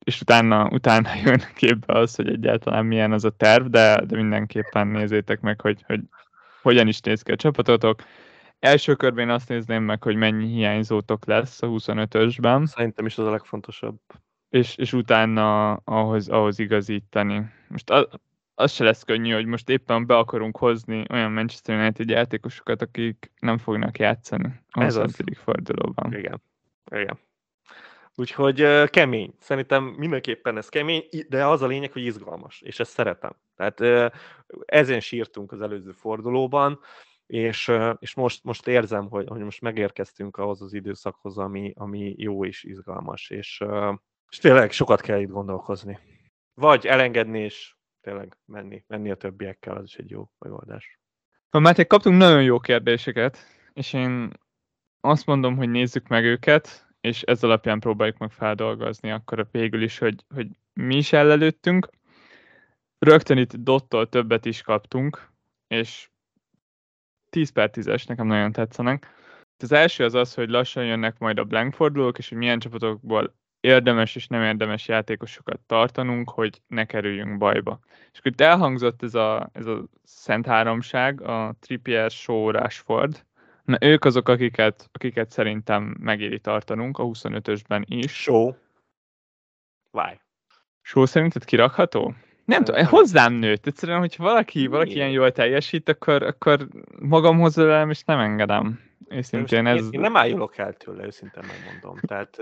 és utána jön képbe az, hogy egyáltalán milyen az a terv, de mindenképpen nézzétek meg, hogy hogyan is néz ki a csapatotok. Első körben azt nézném meg, hogy mennyi hiányzótok lesz a 25-ösben. Szerintem is az a legfontosabb. És utána ahhoz igazítani. Most az se lesz könnyű, hogy most éppen be akarunk hozni olyan Manchester United játékosokat, akik nem fognak játszani a 25. fordulóban. Igen. Úgyhogy kemény. Szerintem mindenképpen ez kemény, de az a lényeg, hogy izgalmas, és ezt szeretem. Tehát ezen sírtunk az előző fordulóban, és most érzem, hogy most megérkeztünk ahhoz az időszakhoz, ami jó és izgalmas, és tényleg sokat kell itt gondolkozni. Vagy elengedni, és tényleg menni a többiekkel, az is egy jó megoldás. Máté, kaptunk nagyon jó kérdéseket, és én azt mondom, hogy nézzük meg őket, és ez alapján próbáljuk meg feldolgozni akkor végül is, hogy mi is előttünk. Rögtön itt Dottól többet is kaptunk, és 10/10-es nekem nagyon tetszenek. Az első az, hogy lassan jönnek majd a blank fordulók, és hogy milyen csapatokból érdemes és nem érdemes játékosokat tartanunk, hogy ne kerüljünk bajba. És akkor itt elhangzott ez a szent háromság, a Trippier, Shaw, Rashford. Na, ők azok, akiket szerintem megéri tartanunk a 25-ösben is. Shaw. Why? Shaw szerinted kirakható? Nem tudom, hozzám nőtt. Egyszerűen, hogyha valaki ilyen jól teljesít, akkor magamhoz ölelem, és nem engedem. Őszintén ez... Én nem ájulok el tőle, őszintén megmondom. Tehát...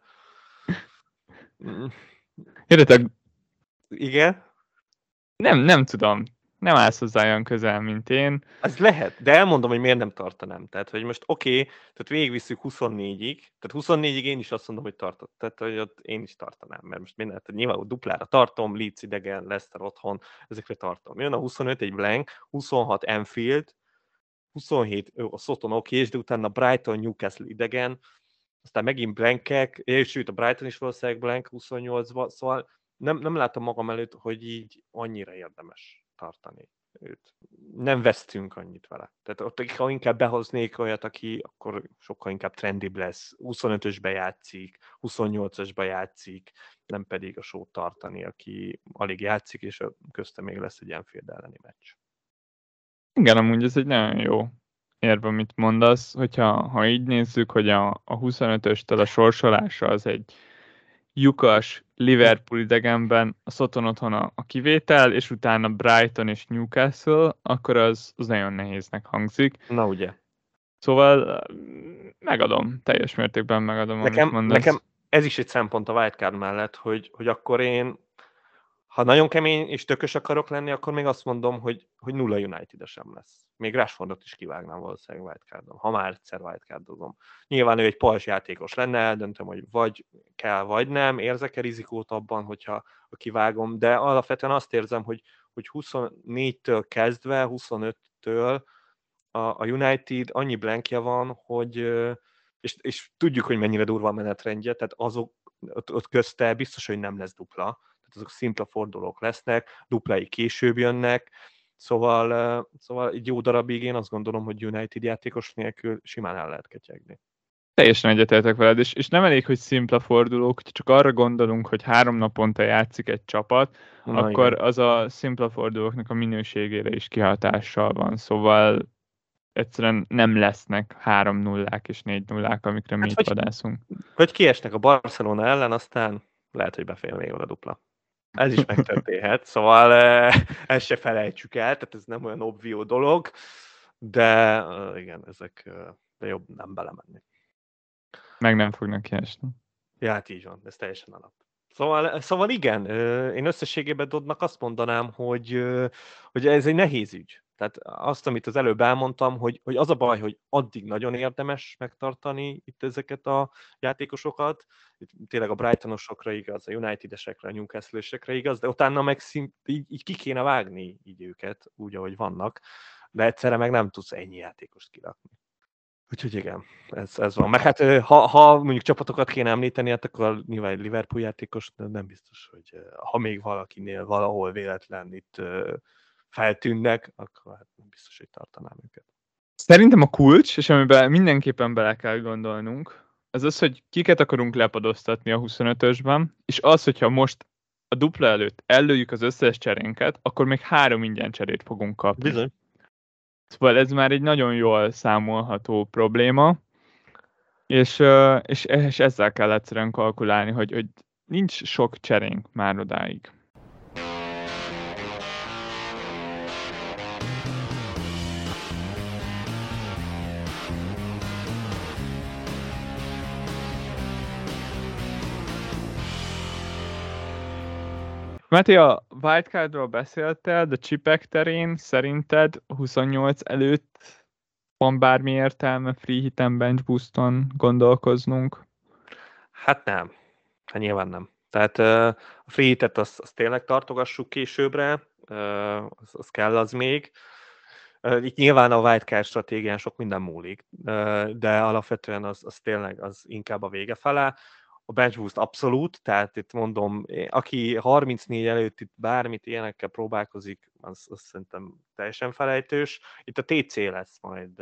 Érdetek? Igen? Nem tudom. Nem állsz hozzá olyan közel, mint én. Ez lehet, de elmondom, hogy miért nem tartanám. Tehát, hogy most oké, tehát végigvisszük 24-ig, tehát 24-ig én is azt mondom, hogy tartott. Tehát, hogy ott én is tartanám, mert most minden, tehát nyilván duplára tartom, Leeds idegen, Leicester otthon, ezekre tartom. Jön a 25 egy blank, 26 Anfield, 27 a Soton oké, de utána Brighton, Newcastle idegen, aztán megint blankek, és sőt a Brighton is valószínűleg blank 28-ban, szóval nem látom magam előtt, hogy így annyira érdemes tartani őt. Nem vesztünk annyit vele. Tehát ott, ha inkább behoznék olyat, aki akkor sokkal inkább trendibb lesz, 25-ösbe játszik, 28-ösbe játszik, nem pedig a Shaw tartani, aki alig játszik, és köztem még lesz egy Anfield elleni meccs. Igen, amúgy ez egy nagyon jó érv, amit mondasz, hogyha így nézzük, hogy a 25-östől a sorsolása az egy lyukas Liverpool idegenben, a Soton otthon a kivétel, és utána Brighton és Newcastle, akkor az nagyon nehéznek hangzik. Na ugye. Szóval teljes mértékben megadom, amit mondasz. Nekem ez is egy szempont a wildcard mellett, hogy akkor én, ha nagyon kemény és tökös akarok lenni, akkor még azt mondom, hogy 0 United-esem lesz. Még Rashfordot is kivágnám valószínűleg wildcardon, ha már egyszer wildcardozom. Nyilván ő egy pajzs játékos lenne, eldöntöm, hogy vagy kell, vagy nem, érzek-e rizikót abban, hogyha kivágom, de alapvetően azt érzem, hogy 24-től kezdve, 25-től a United annyi blankja van, hogy és tudjuk, hogy mennyire durva a menetrendje, tehát azok ott közte biztos, hogy nem lesz dupla, tehát azok szimpla fordulók lesznek, duplái később jönnek, szóval egy jó darabig én azt gondolom, hogy United játékos nélkül simán el lehet ketyegni. Teljesen egyetértek veled, és nem elég, hogy szimpla fordulók, csak arra gondolunk, hogy 3 naponta játszik egy csapat, akkor igen, az a szimpla fordulóknak a minőségére is kihatással van, szóval egyszerűen nem lesznek 3-0-ák és 4-0-ák, amikre mi itt vadászunk. Vagy kiesnek a Barcelona ellen, aztán lehet, hogy befér még oda dupla. Ez is megtörténhet, szóval ezt se felejtsük el, tehát ez nem olyan obvió dolog, de igen, ezek de jobb nem belemenni. Meg nem fognak kiesni. Ja, hát így van, ez teljesen alap. Szóval igen, én összességében Doddnak azt mondanám, hogy ez egy nehéz ügy. Tehát azt, amit az előbb elmondtam, hogy az a baj, hogy addig nagyon érdemes megtartani itt ezeket a játékosokat, itt tényleg a Brightonosokra igaz, a United-esekre, a Newcastle-esekre igaz, de utána meg így ki kéne vágni így őket, úgy, ahogy vannak, de egyszerre meg nem tudsz ennyi játékost kirakni. Úgyhogy igen, ez van. Meg hát ha mondjuk csapatokat kéne említeni, hát akkor nyilván egy Liverpool játékos, de nem biztos, hogy ha még valakinél valahol véletlen itt feltűnnek, akkor hát nem biztos, hogy tartanám őket. Szerintem a kulcs, és amiben mindenképpen bele kell gondolnunk, az, hogy kiket akarunk lepadoztatni a 25-ösben, és az, hogyha most a dupla előtt ellőjük az összes cserénket, akkor még 3 ingyen cserét fogunk kapni. Bizony. Szóval ez már egy nagyon jól számolható probléma, és ezzel kell egyszerűen kalkulálni, hogy nincs sok cserénk már odáig. Máté, a wildcardról beszéltél, de chipek terén szerinted 28 előtt van bármi értelme free hiten, bench booston gondolkoznunk? Hát nem. Hát nyilván nem. Tehát a free hitet azt tényleg tartogassuk későbbre, az kell az még. Itt nyilván a wildcard stratégián sok minden múlik, de alapvetően az tényleg az inkább a vége fele. A bench boost abszolút, tehát itt mondom, aki 34 előtt itt bármit ilyenekkel próbálkozik, az szerintem teljesen felejtős. Itt a TC lesz majd,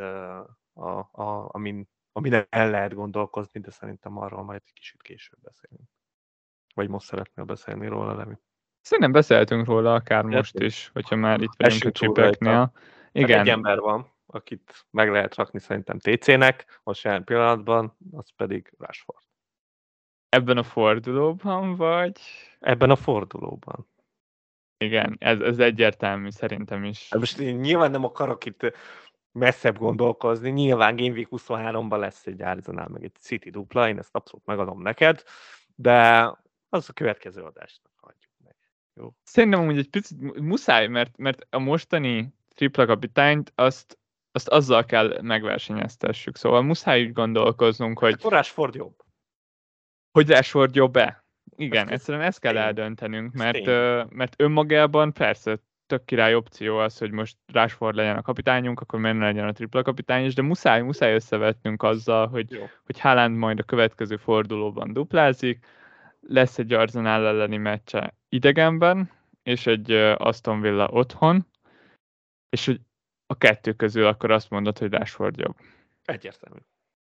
amin el lehet gondolkozni, de szerintem arról majd egy kicsit később beszélünk. Vagy most szeretnél beszélni róla, Levi? Szerintem beszéltünk róla akár most is, hogyha már itt vagyunk a chipeknél. Igen. Egy ember van, akit meg lehet rakni szerintem TC-nek, most jelen pillanatban, az pedig Rashford. Ebben a fordulóban, vagy? Ebben a fordulóban. Igen, ez egyértelmű szerintem is. Most nyilván nem akarok itt messzebb gondolkozni, nyilván Game Week 23-ban lesz egy Arsenal, meg egy City dupla, én ezt abszolút megadom neked, de az a következő adásnak hagyjuk meg. Jó? Szerintem amúgy egy picit muszáj, mert a mostani tripla kapitányt azt azzal kell megversenyeztessük. Szóval muszáj úgy gondolkoznunk, hogy Rashford jobb. Hogy Rashford jobb-e? Igen, egyszerűen ezt kell eldöntenünk, mert önmagában persze tök király opció az, hogy most Rashford legyen a kapitányunk, akkor miért ne legyen a tripla kapitány is, de muszáj összevetnünk azzal, hogy Haaland majd a következő fordulóban duplázik, lesz egy Arsenal elleni meccse idegenben, és egy Aston Villa otthon, és hogy a kettő közül akkor azt mondod, hogy Rashford jobb. Egyértelmű.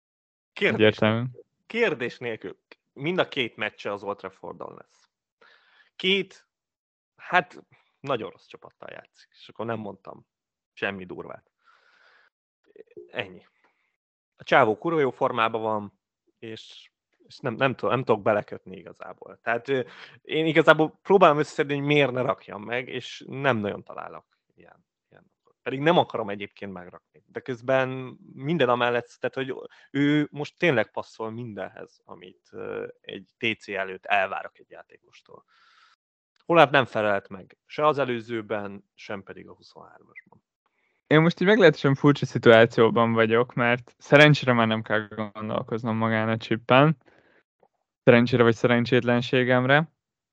Kérdés nélkül. Mind a két meccse az Old Traffordon lesz. Hát nagyon rossz csapattal játszik, és akkor nem mondtam semmi durvát. Ennyi. A csávó kurva jó formában van, és nem tudok belekötni igazából. Tehát én igazából próbálom összeszedni, hogy miért ne rakjam meg, és nem nagyon találok ilyen. Pedig nem akarom egyébként megrakni. De közben minden amellett, tehát hogy ő most tényleg passzol mindenhez, amit egy TC előtt elvárok egy játékostól. Holnap nem felelt meg, se az előzőben, sem pedig a 23-asban. Én most így meglehetősen furcsa szituációban vagyok, mert szerencsére már nem kell gondolkoznom magán a chippen. Szerencsére vagy szerencsétlenségemre.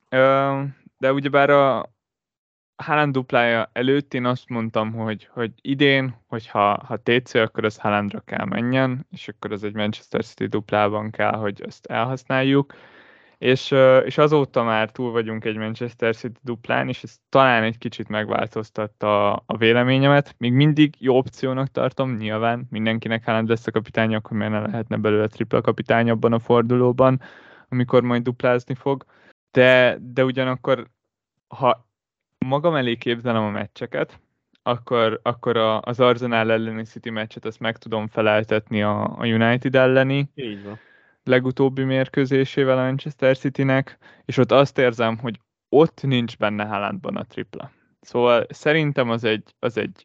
De ugyebár a Haaland duplája előtt én azt mondtam, hogy idén, hogyha TC, akkor az Haalandra kell menjen, és akkor az egy Manchester City duplában kell, hogy ezt elhasználjuk. És azóta már túl vagyunk egy Manchester City duplán, és ez talán egy kicsit megváltoztatta a véleményemet. Még mindig jó opciónak tartom, nyilván mindenkinek Haaland lesz a kapitány, akkor miért ne lehetne belőle tripla kapitány abban a fordulóban, amikor majd duplázni fog. De ugyanakkor, ha magam elé képzelem a meccseket, akkor az Arsenal elleni City meccset azt meg tudom feleltetni a United elleni. Így van. Legutóbbi mérkőzésével a Manchester Citynek, és ott azt érzem, hogy ott nincs benne Haalandban a tripla. Szóval szerintem az egy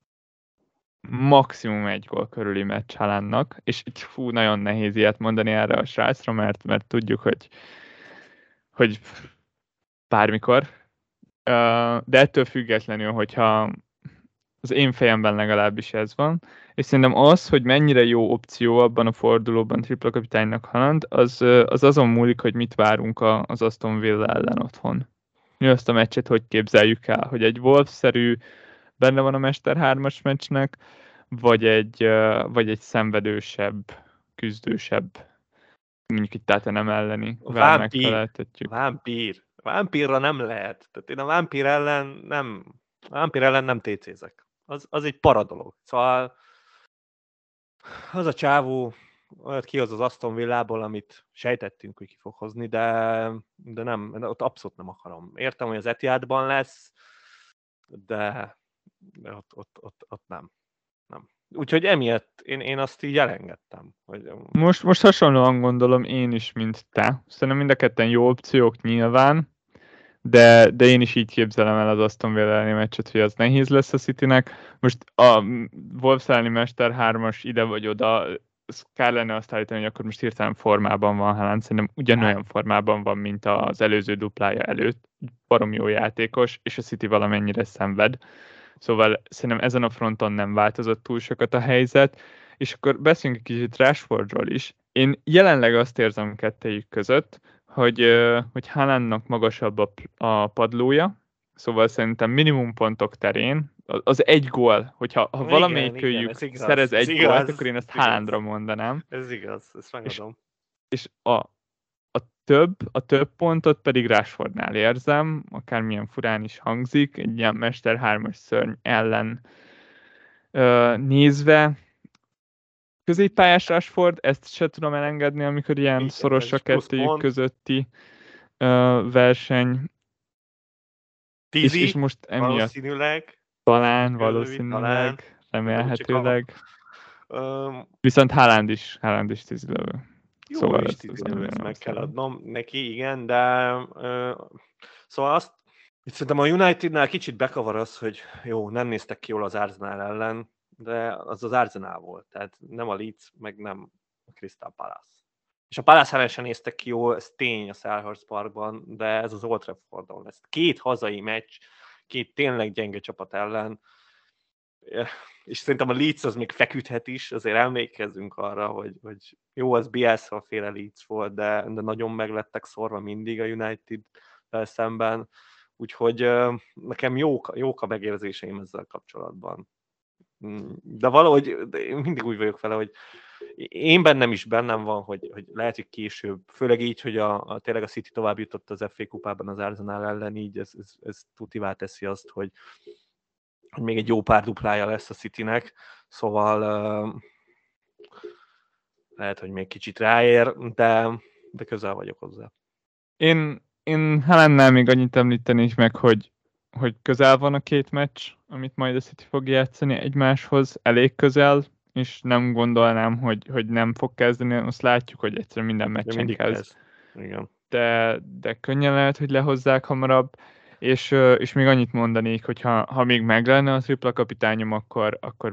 maximum egy gól körüli meccs Haalandnak, és nagyon nehéz ilyet mondani erre a srácra, mert tudjuk, hogy bármikor. De ettől függetlenül, hogyha az én fejemben legalábbis ez van, és szerintem az, hogy mennyire jó opció abban a fordulóban tripla kapitánynak Haaland, az azon múlik, hogy mit várunk az Aston Villa ellen otthon. Mi azt a meccset hogy képzeljük el, hogy egy Wolves-szerű benne van a Mester 3-as meccsnek, vagy egy szenvedősebb, küzdősebb, mondjuk itt Tottenham elleni megfeleltetjük. Vámpírra nem lehet. Tehát én a vámpír ellen nem TC-zek. Az egy paradolog. Szóval az a csávó olyat kihoz az Aston Villából, amit sejtettünk, hogy ki fog hozni, de nem, ott abszolút nem akarom. Értem, hogy az Etihadban lesz, de ott nem. Úgyhogy emiatt én azt így elengedtem. Hogy... Most hasonlóan gondolom én is, mint te. Szerintem mind a ketten jó opciók nyilván, de én is így képzelem el az Aston Villa elleni meccset, hogy az nehéz lesz a Citynek. Most a Wolves elleni Mester 3-as ide vagy oda, kár lenne azt állítani, hogy akkor most hirtelen formában van Haaland, szerintem ugyanolyan formában van, mint az előző duplája előtt. Barom jó játékos, és a City valamennyire szenved. Szóval szerintem ezen a fronton nem változott túl sokat a helyzet, és akkor beszéljünk egy kicsit Rashfordról is. Én jelenleg azt érzem kettejük között, hogy Haalandnak magasabb a padlója, szóval szerintem minimum pontok terén az egy gól, hogyha valamelyikőjük szerez egy gólt, akkor én ezt Haalandra mondanám. Ez igaz, ezt megadom. És a több pontot pedig Rashfordnál érzem, akármilyen furán is hangzik, egy ilyen Mester 3-as szörny ellen nézve. Középpályás Rashford, ezt se tudom elengedni, amikor ilyen igen, szoros a kettőjük közötti verseny. És most emiatt valószínűleg. Valószínűleg, remélhetőleg. Viszont Haaland is 10 lövő. Jó, szóval is 10 lövőt meg kell adnom neki, igen, de szóval azt szerintem a Unitednál kicsit bekavar az, hogy jó, nem néztek ki jól az Arsenal ellen, de az Arsenal volt, tehát nem a Leeds, meg nem a Crystal Palace. És a Palace ellen sem néztek ki jól, ez tény a Selhurst Parkban, de ez az Old Traffordon lesz. 2 hazai meccs, 2 tényleg gyenge csapat ellen, és szerintem a Leeds az még feküdhet is, azért emlékezzünk arra, hogy jó, az Bielsa féle Leeds volt, de nagyon meglettek szorva mindig a United-vel szemben, úgyhogy nekem jók a megérzéseim ezzel kapcsolatban. De valahogy én mindig úgy vagyok vele, hogy én bennem van, hogy lehet, hogy később, főleg így, hogy tényleg a City tovább jutott az FA kupában az Arsenal ellen, így ez tutivá teszi azt, hogy még egy jó pár duplája lesz a Citynek, szóval lehet, hogy még kicsit ráér, de közel vagyok hozzá. Én Haalandnál még annyit említenék meg, hogy közel van a 2 meccs, amit majd a City fog játszani egymáshoz, elég közel, és nem gondolnám, hogy nem fog kezdeni, azt látjuk, hogy egyszerűen minden meccsen kezd. Igen. De könnyen lehet, hogy lehozzák hamarabb, és még annyit mondanék, hogy ha még meg lenne a tripla kapitányom, akkor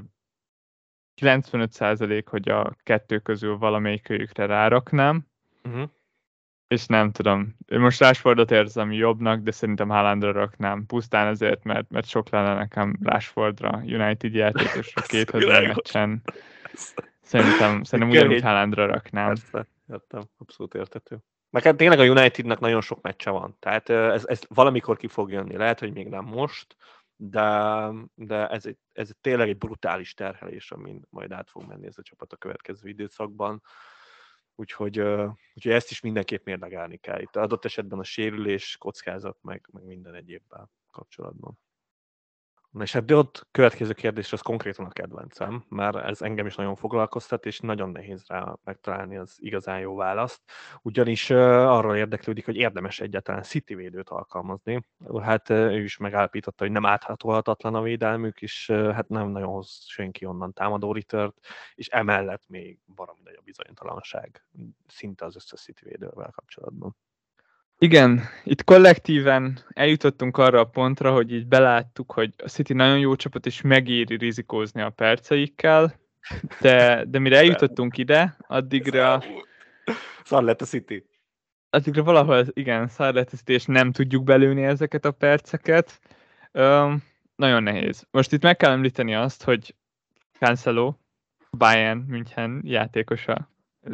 95%, hogy a 2 közül valamelyikőjükre ráraknám, és nem tudom, most Rashfordot érzem jobbnak, de szerintem Haalandra raknám, pusztán azért, mert sok lenne nekem Rashfordra, United játékosra 2 hazai meccsen. Szerintem ugyanúgy Haalandra raknám. Persze, értem, abszolút értető. Meg hát tényleg a Unitednak nagyon sok meccse van, tehát ez valamikor ki fog jönni, lehet, hogy még nem most, de ez tényleg egy brutális terhelés, amin majd át fog menni ez a csapat a következő időszakban. Úgyhogy ezt is mindenképp mérlegelni kell. Itt adott esetben a sérülés, kockázat, meg minden egyébben kapcsolatban. És hát ott következő kérdés az konkrétan a kedvencem, mert ez engem is nagyon foglalkoztat, és nagyon nehéz rá megtalálni az igazán jó választ. Ugyanis arról érdeklődik, hogy érdemes egyáltalán City védőt alkalmazni. Hát ő is megállapította, hogy nem áthatolhatatlan a védelmük, és hát nem nagyon hoz senki onnan támadó returnt, és emellett még baromi nagy a bizonytalanság szinte az összes City védővel kapcsolatban. Igen, itt kollektíven eljutottunk arra a pontra, hogy így beláttuk, hogy a City nagyon jó csapat, és megéri rizikózni a perceikkel, de mire eljutottunk ide, addigra... Szar lett a City. Addigra valahol, igen, szar lett a City, és nem tudjuk belőni ezeket a perceket. Nagyon nehéz. Most itt meg kell említeni azt, hogy Cancelo, Bayern München játékosa.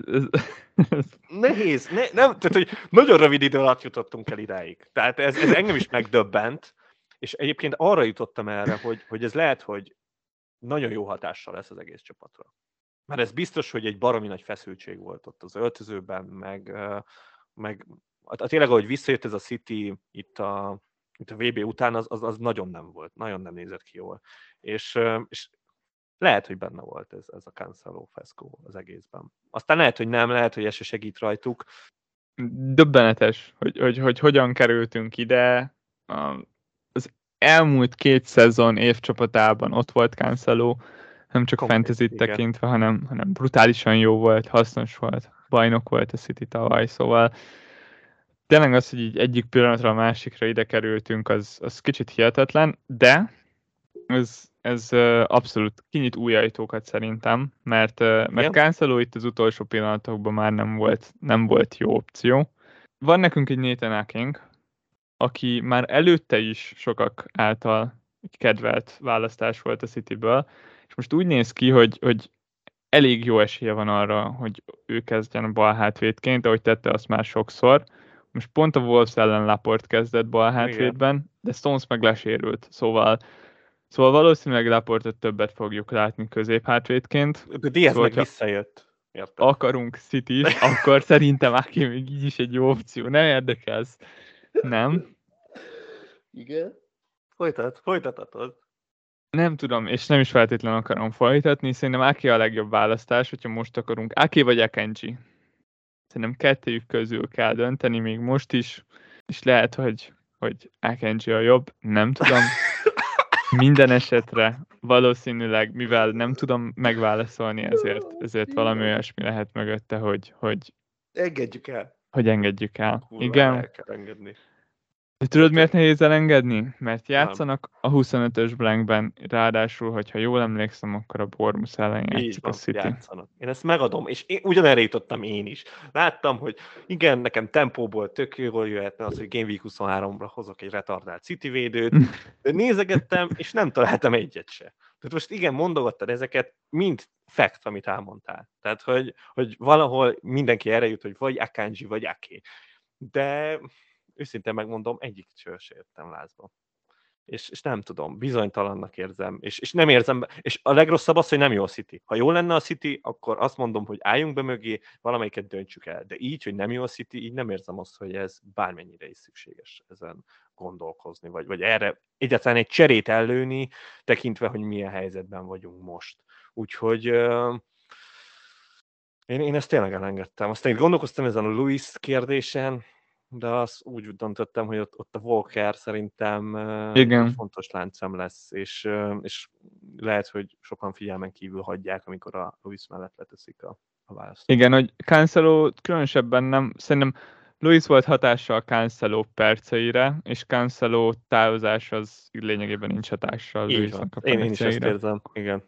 Nehéz, nem, tehát hogy nagyon rövid idő alatt jutottunk el idáig. Tehát ez engem is megdöbbent, és egyébként arra jutottam erre, hogy ez lehet, hogy nagyon jó hatással lesz az egész csapatra. Mert ez biztos, hogy egy baromi nagy feszültség volt ott az öltözőben, meg tényleg, ahogy visszajött ez a City itt a VB után, az nagyon nem volt, nagyon nem nézett ki jól. És lehet, hogy benne volt ez a Cancelo feszkó az egészben. Aztán lehet, hogy nem, lehet, hogy ez se segít rajtuk. Döbbenetes, hogy hogyan kerültünk ide. Az elmúlt 2 szezon évcsapatában ott volt Cancelo, nem csak Konkrét, fantasy-t igen. tekintve, hanem brutálisan jó volt, hasznos volt, bajnok volt a City tavaly, szóval tényleg az, hogy így egyik pillanatra a másikra ide kerültünk, az kicsit hihetetlen, de ez abszolút kinyit új ajtókat szerintem, mert Cancelo itt az utolsó pillanatokban már nem volt jó opció. Van nekünk egy Nathan Aking, aki már előtte is sokak által kedvelt választás volt a Cityből, és most úgy néz ki, hogy elég jó esélye van arra, hogy ő kezdjen a bal hátvédként, ahogy tette azt már sokszor. Most pont a Wolves ellen Laporte kezdett bal hátvédben, de Stones meg lesérült, szóval valószínűleg Laportot többet fogjuk látni középhátvédként. De Diaz szóval, meg visszajött. Érted? Akarunk City-s, akkor szerintem Aki még így is egy jó opció. Nem érdekelsz? Nem? Igen. Folytathatod. Nem tudom, és nem is feltétlenül akarom folytatni. Szerintem Aki a legjobb választás, hogyha most akarunk. Aki vagy Akanji. Szerintem kettőjük közül kell dönteni még most is, és lehet, hogy Akanji a jobb. Nem tudom. Minden esetre valószínűleg, mivel nem tudom megválaszolni, ezért valami olyasmi lehet mögötte, hogy engedjük el. Hogy engedjük el. Kurva, igen. El kell engedni. De tudod, miért nehéz elengedni? Mert játszanak a 25-ös blankben, ráadásul, hogyha jól emlékszem, akkor a Bournemouth ellen játszik a City. Játszanak. Én ezt megadom, és ugyanerre jutottam én is. Láttam, hogy igen, nekem tempóból tök jól jöhetne az, hogy Game Week 23-ra hozok egy retardált City védőt, de nézegettem, és nem találtam egyet se. Tehát most igen, mondogattad ezeket, mind fact, amit elmondtál. Tehát, hogy valahol mindenki erre jut, hogy vagy Akanji, vagy Ake. De őszintén megmondom, egyik se értem lázba. És nem tudom, bizonytalannak érzem, és nem érzem, és a legrosszabb az, hogy nem jó a City. Ha jó lenne a City, akkor azt mondom, hogy álljunk be mögé, valamelyiket döntsük el. De így, hogy nem jó a City, így nem érzem azt, hogy ez bármennyire is szükséges ezen gondolkozni, vagy erre egyáltalán egy cserét ellőni, tekintve, hogy milyen helyzetben vagyunk most. Úgyhogy én ezt tényleg elengedtem. Aztán itt gondolkoztam ezen a Luis kérdésen, de azt úgy döntöttem, hogy ott a Walker szerintem egy fontos láncszem lesz, és lehet, hogy sokan figyelmen kívül hagyják, amikor a Luis mellett leteszik a választ. Igen, hogy Cancelo különösebben nem, szerintem Luis volt hatással Cancelo perceire, és Cancelo távozás az lényegében nincs hatással Luisnak a perceire. Én is ezt érzem, igen.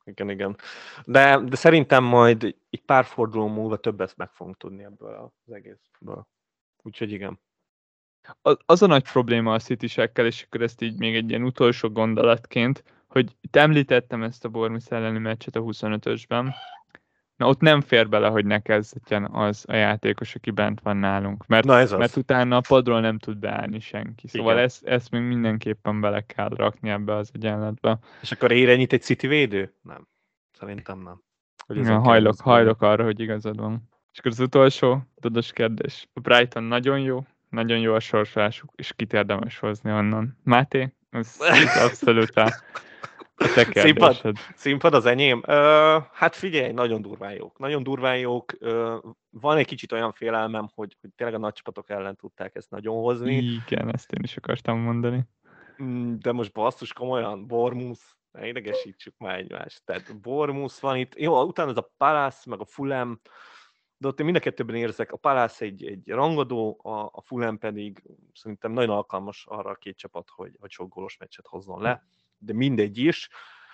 De szerintem majd egy pár forduló múlva többet meg fogunk tudni ebből az egészből. Úgyhogy igen. Az a nagy probléma a City-sekkel, és akkor ezt így még egy ilyen utolsó gondolatként, hogy itt említettem ezt a Bournemouth elleni meccset a 25-ösben, na ott nem fér bele, hogy ne kezdjen az a játékos, aki bent van nálunk, mert utána a padról nem tud beállni senki. Szóval ezt még mindenképpen bele kell rakni ebbe az egyenletbe. És akkor ér ennyit egy City védő? Nem. Szerintem nem. Ja, hajlok arra, hogy igazad van. És akkor az utolsó tudos kérdés. A Brighton nagyon jó a sorsolásuk, és kit érdemes hozni onnan. Máté? Ez abszolút a te kérdésed. Színpad az enyém? Hát figyelj, nagyon durván jók. Van egy kicsit olyan félelmem, hogy tényleg a nagy csapatok ellen tudták ezt nagyon hozni. Igen, ezt én is akartam mondani. De most basszus, komolyan, Bournemouth, ne idegesítsük már egymást. Tehát Bournemouth van itt, jó, utána ez a Palace, meg a Fulham, de ott én mind a kettőben érzek, a Palace egy rangadó, a Fulham pedig szerintem nagyon alkalmas arra a két csapat, hogy sok gólos meccset hozzon le, de mindegy is.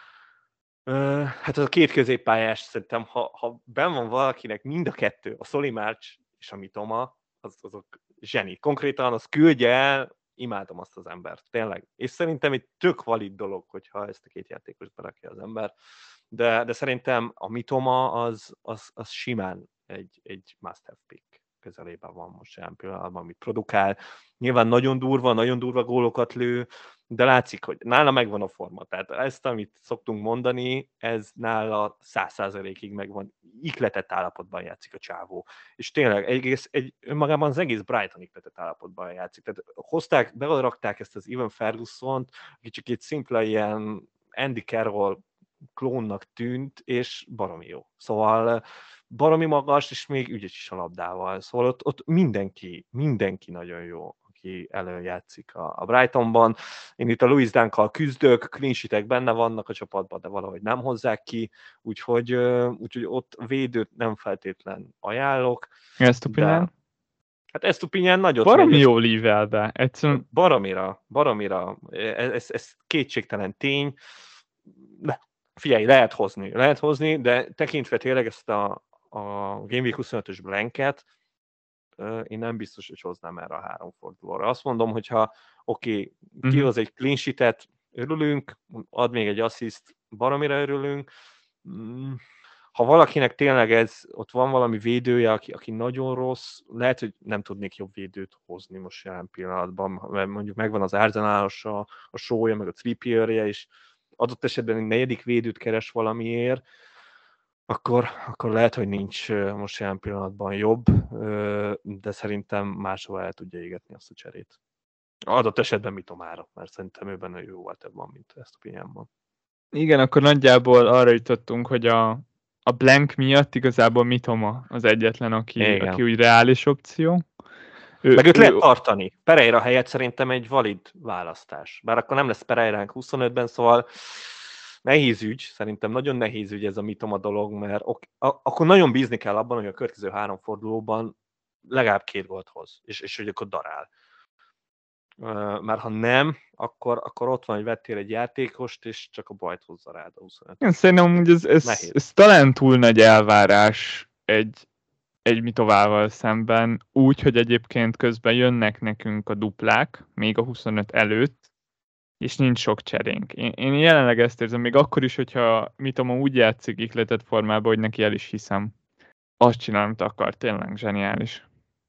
Hát az a két középpályás szerintem, ha benn van valakinek mind a kettő, a Solly March és a Mitoma, azok zseni. Konkrétan az küldje el, imádom azt az embert, tényleg. És szerintem egy tök valid dolog, hogyha ezt a két játékost berakja az ember. De szerintem a Mitoma az simán egy must-have pick közelében van most jelen pillanatban, amit produkál. Nyilván nagyon durva gólokat lő, de látszik, hogy nála megvan a forma. Tehát ezt, amit szoktunk mondani, ez nála 100%-ig megvan. Ikletett állapotban játszik a csávó. És tényleg önmagában az egész Brighton ikletett állapotban játszik. Tehát belerakták ezt az Ivan Ferguson-t, aki csak egy szimpla ilyen Andy Carroll klónnak tűnt, és baromi jó. Szóval baromi magas, és még ügyes is a labdával. Szóval ott mindenki nagyon jó, aki előjátszik a Brightonban. Én itt a Louis Dunkkal küzdök, clean sheetek benne vannak a csapatban, de valahogy nem hozzák ki, úgyhogy ott védőt nem feltétlen ajánlok. Estupiñán? Hát Estupiñán nagyot baromi megy. jól ível be. Egyszerűen... Baromira. Ez kétségtelen tény. Figyelj, lehet hozni, de tekintve tényleg ezt a Game Week 25-ös blanket, én nem biztos, hogy hoznám erre a 3 fordulóra. Azt mondom, hogyha kihoz egy clean sheet-et, örülünk, ad még egy assist, baromira örülünk. Ha valakinek tényleg ott van valami védője, aki nagyon rossz, lehet, hogy nem tudnék jobb védőt hozni most jelen pillanatban, mert mondjuk megvan az Arsenalos, a Shawja, meg a Trippierje, és adott esetben egy 4. védőt keres valamiért, akkor lehet, hogy nincs most jelen pillanatban jobb, de szerintem máshol el tudja égetni azt a cserét. Adott esetben Mitomára, mert szerintem ő benne jóval több van, mint ezt a Pinyánban. Igen, akkor nagyjából arra jutottunk, hogy a blank miatt igazából Mitoma az egyetlen, aki úgy reális opció. Meg őt lehet tartani. Pereira helyett szerintem egy valid választás. Bár akkor nem lesz Pereiránk 25-ben, szóval nehéz ügy, szerintem nagyon nehéz ügy ez a Mitoma dolog, mert akkor nagyon bízni kell abban, hogy a következő 3 fordulóban legalább 2 gólt hoz, és hogy akkor darál. Mert ha nem, akkor ott van, hogy vettél egy játékost, és csak a bajt hozza rád a 25. Én szerintem, hogy ez talán túl nagy elvárás egy Mitovával szemben, úgy, hogy egyébként közben jönnek nekünk a duplák, még a 25 előtt, és nincs sok cserénk. Én jelenleg ezt érzem, még akkor is, hogyha Mitoma úgy játszik ihletett formában, hogy neki el is hiszem. Azt csinál, amit akar, tényleg zseniális.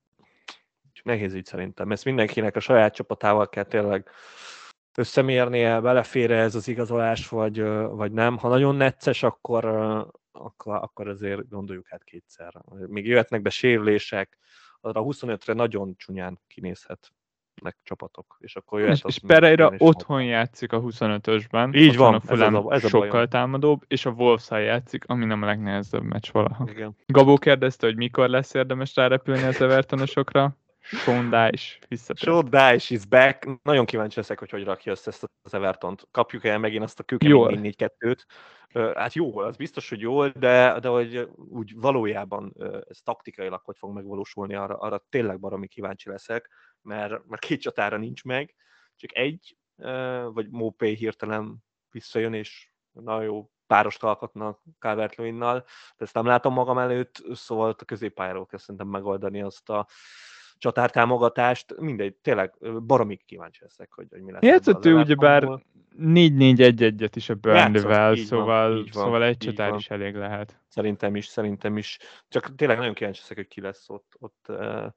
Nehéz így szerintem. Ezt mindenkinek a saját csapatával kell tényleg összemérnie, belefér ez az igazolás, vagy nem. Ha nagyon necces, akkor azért gondoljuk hát kétszer. Még jöhetnek be sérülések, arra 25-re nagyon csúnyán kinézhetnek csapatok. És akkor jöhet és Pereira otthon játszik a 25-ösben. Így van, ez a sokkal támadóbb, és a Wolves-szal játszik, ami nem a legnehezebb meccs valaha. Igen. Gabó kérdezte, hogy mikor lesz érdemes rárepülni az Evertonosokra. Sean Dyche visszatért. Sean Dyche is back. Nagyon kíváncsi leszek, hogy rakja össze ezt az Evertont. Kapjuk el megint azt a kőkemény 4-4-2-t. Hát jó, az biztos, hogy jól, de hogy úgy valójában ez taktikailag hogy fog megvalósulni, arra tényleg baromi kíváncsi leszek, mert 2 csatára nincs meg, csak egy, vagy Maupay hirtelen visszajön, és nagyon jó párost alkotnak Calvert-Lewin-nal, de ezt nem látom magam előtt, szóval a középpályáról kell szerintem megoldani azt a csatártámogatást, mindegy, tényleg baromi kíváncsi leszek, hogy mi lesz. Játszott ő ugyebár 4-4-1-1-et is a Burnley-vel, szóval egy csatár is elég lehet. Szerintem is. Csak tényleg nagyon kíváncsi leszek, hogy ki lesz ott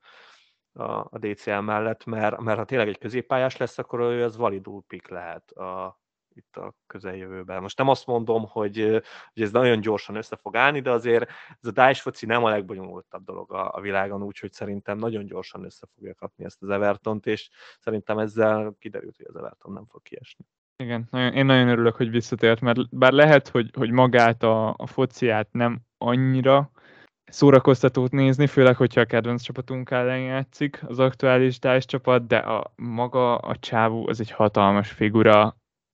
a DCL mellett, mert ha tényleg egy középpályás lesz, akkor ő az validul pick lehet itt a közeljövőben. Most nem azt mondom, hogy ez nagyon gyorsan össze fog állni, de azért ez a Dyche foci nem a legbonyolultabb dolog a világon, úgyhogy szerintem nagyon gyorsan össze fogja kapni ezt az Evertont, és szerintem ezzel kiderült, hogy az Everton nem fog kiesni. Igen, én nagyon örülök, hogy visszatért, mert bár lehet, hogy magát a fociát nem annyira szórakoztatót nézni, főleg, hogyha a kedvenc csapatunk ellen játszik az aktuális Dyche csapat, de maga a csávó az egy hatalmas figura.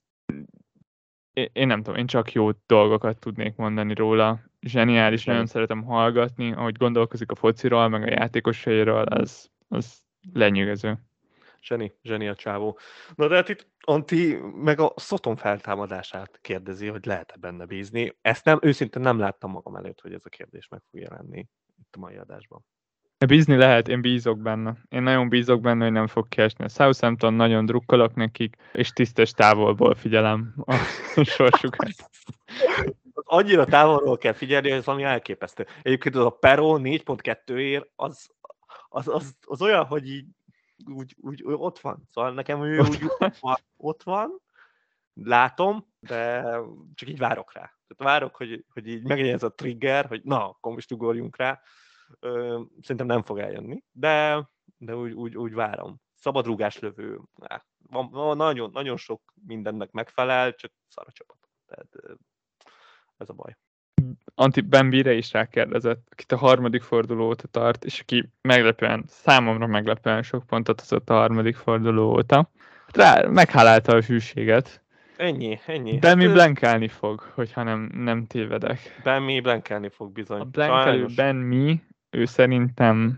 Én nem tudom, én csak jó dolgokat tudnék mondani róla. Zseniális, nagyon szeretem hallgatni, ahogy gondolkozik a fociról, meg a játékosairól, az lenyűgöző. Zseni a csávó. Na de hát itt Antti meg a Soton feltámadását kérdezi, hogy lehet-e benne bízni. Ezt őszintén nem láttam magam előtt, hogy ez a kérdés meg fog jelenni itt a mai adásban. Bízni lehet, én bízok benne. Én nagyon bízok benne, hogy nem fog kiesni. A Southampton, nagyon drukkolok nekik, és tisztes távolból figyelem a sorsukat. Annyira távolról kell figyelni, hogy ez valami elképesztő. Egyébként az a Pero 4.2-ért az olyan, hogy így úgy ott van. Szóval nekem ő ott van, látom, de csak így várok rá. Tehát várok, hogy így meglegyen ez a trigger, hogy na, akkor most ugorjunk rá. Szerintem nem fog eljönni, de úgy várom. Szabadrúgás lövő. Nagyon, nagyon sok mindennek megfelel, csak szar a csapat. Tehát Ez a baj. Anti Bambire is rákérdezett, akit a harmadik forduló óta tart, és aki számomra meglepően sok pontot hozott a harmadik forduló óta. Meghálálta a hűséget. Ennyi. Bambi blankálni fog, hogyha nem tévedek. Bambi blankálni fog bizony. A blankelő Bambi, ő szerintem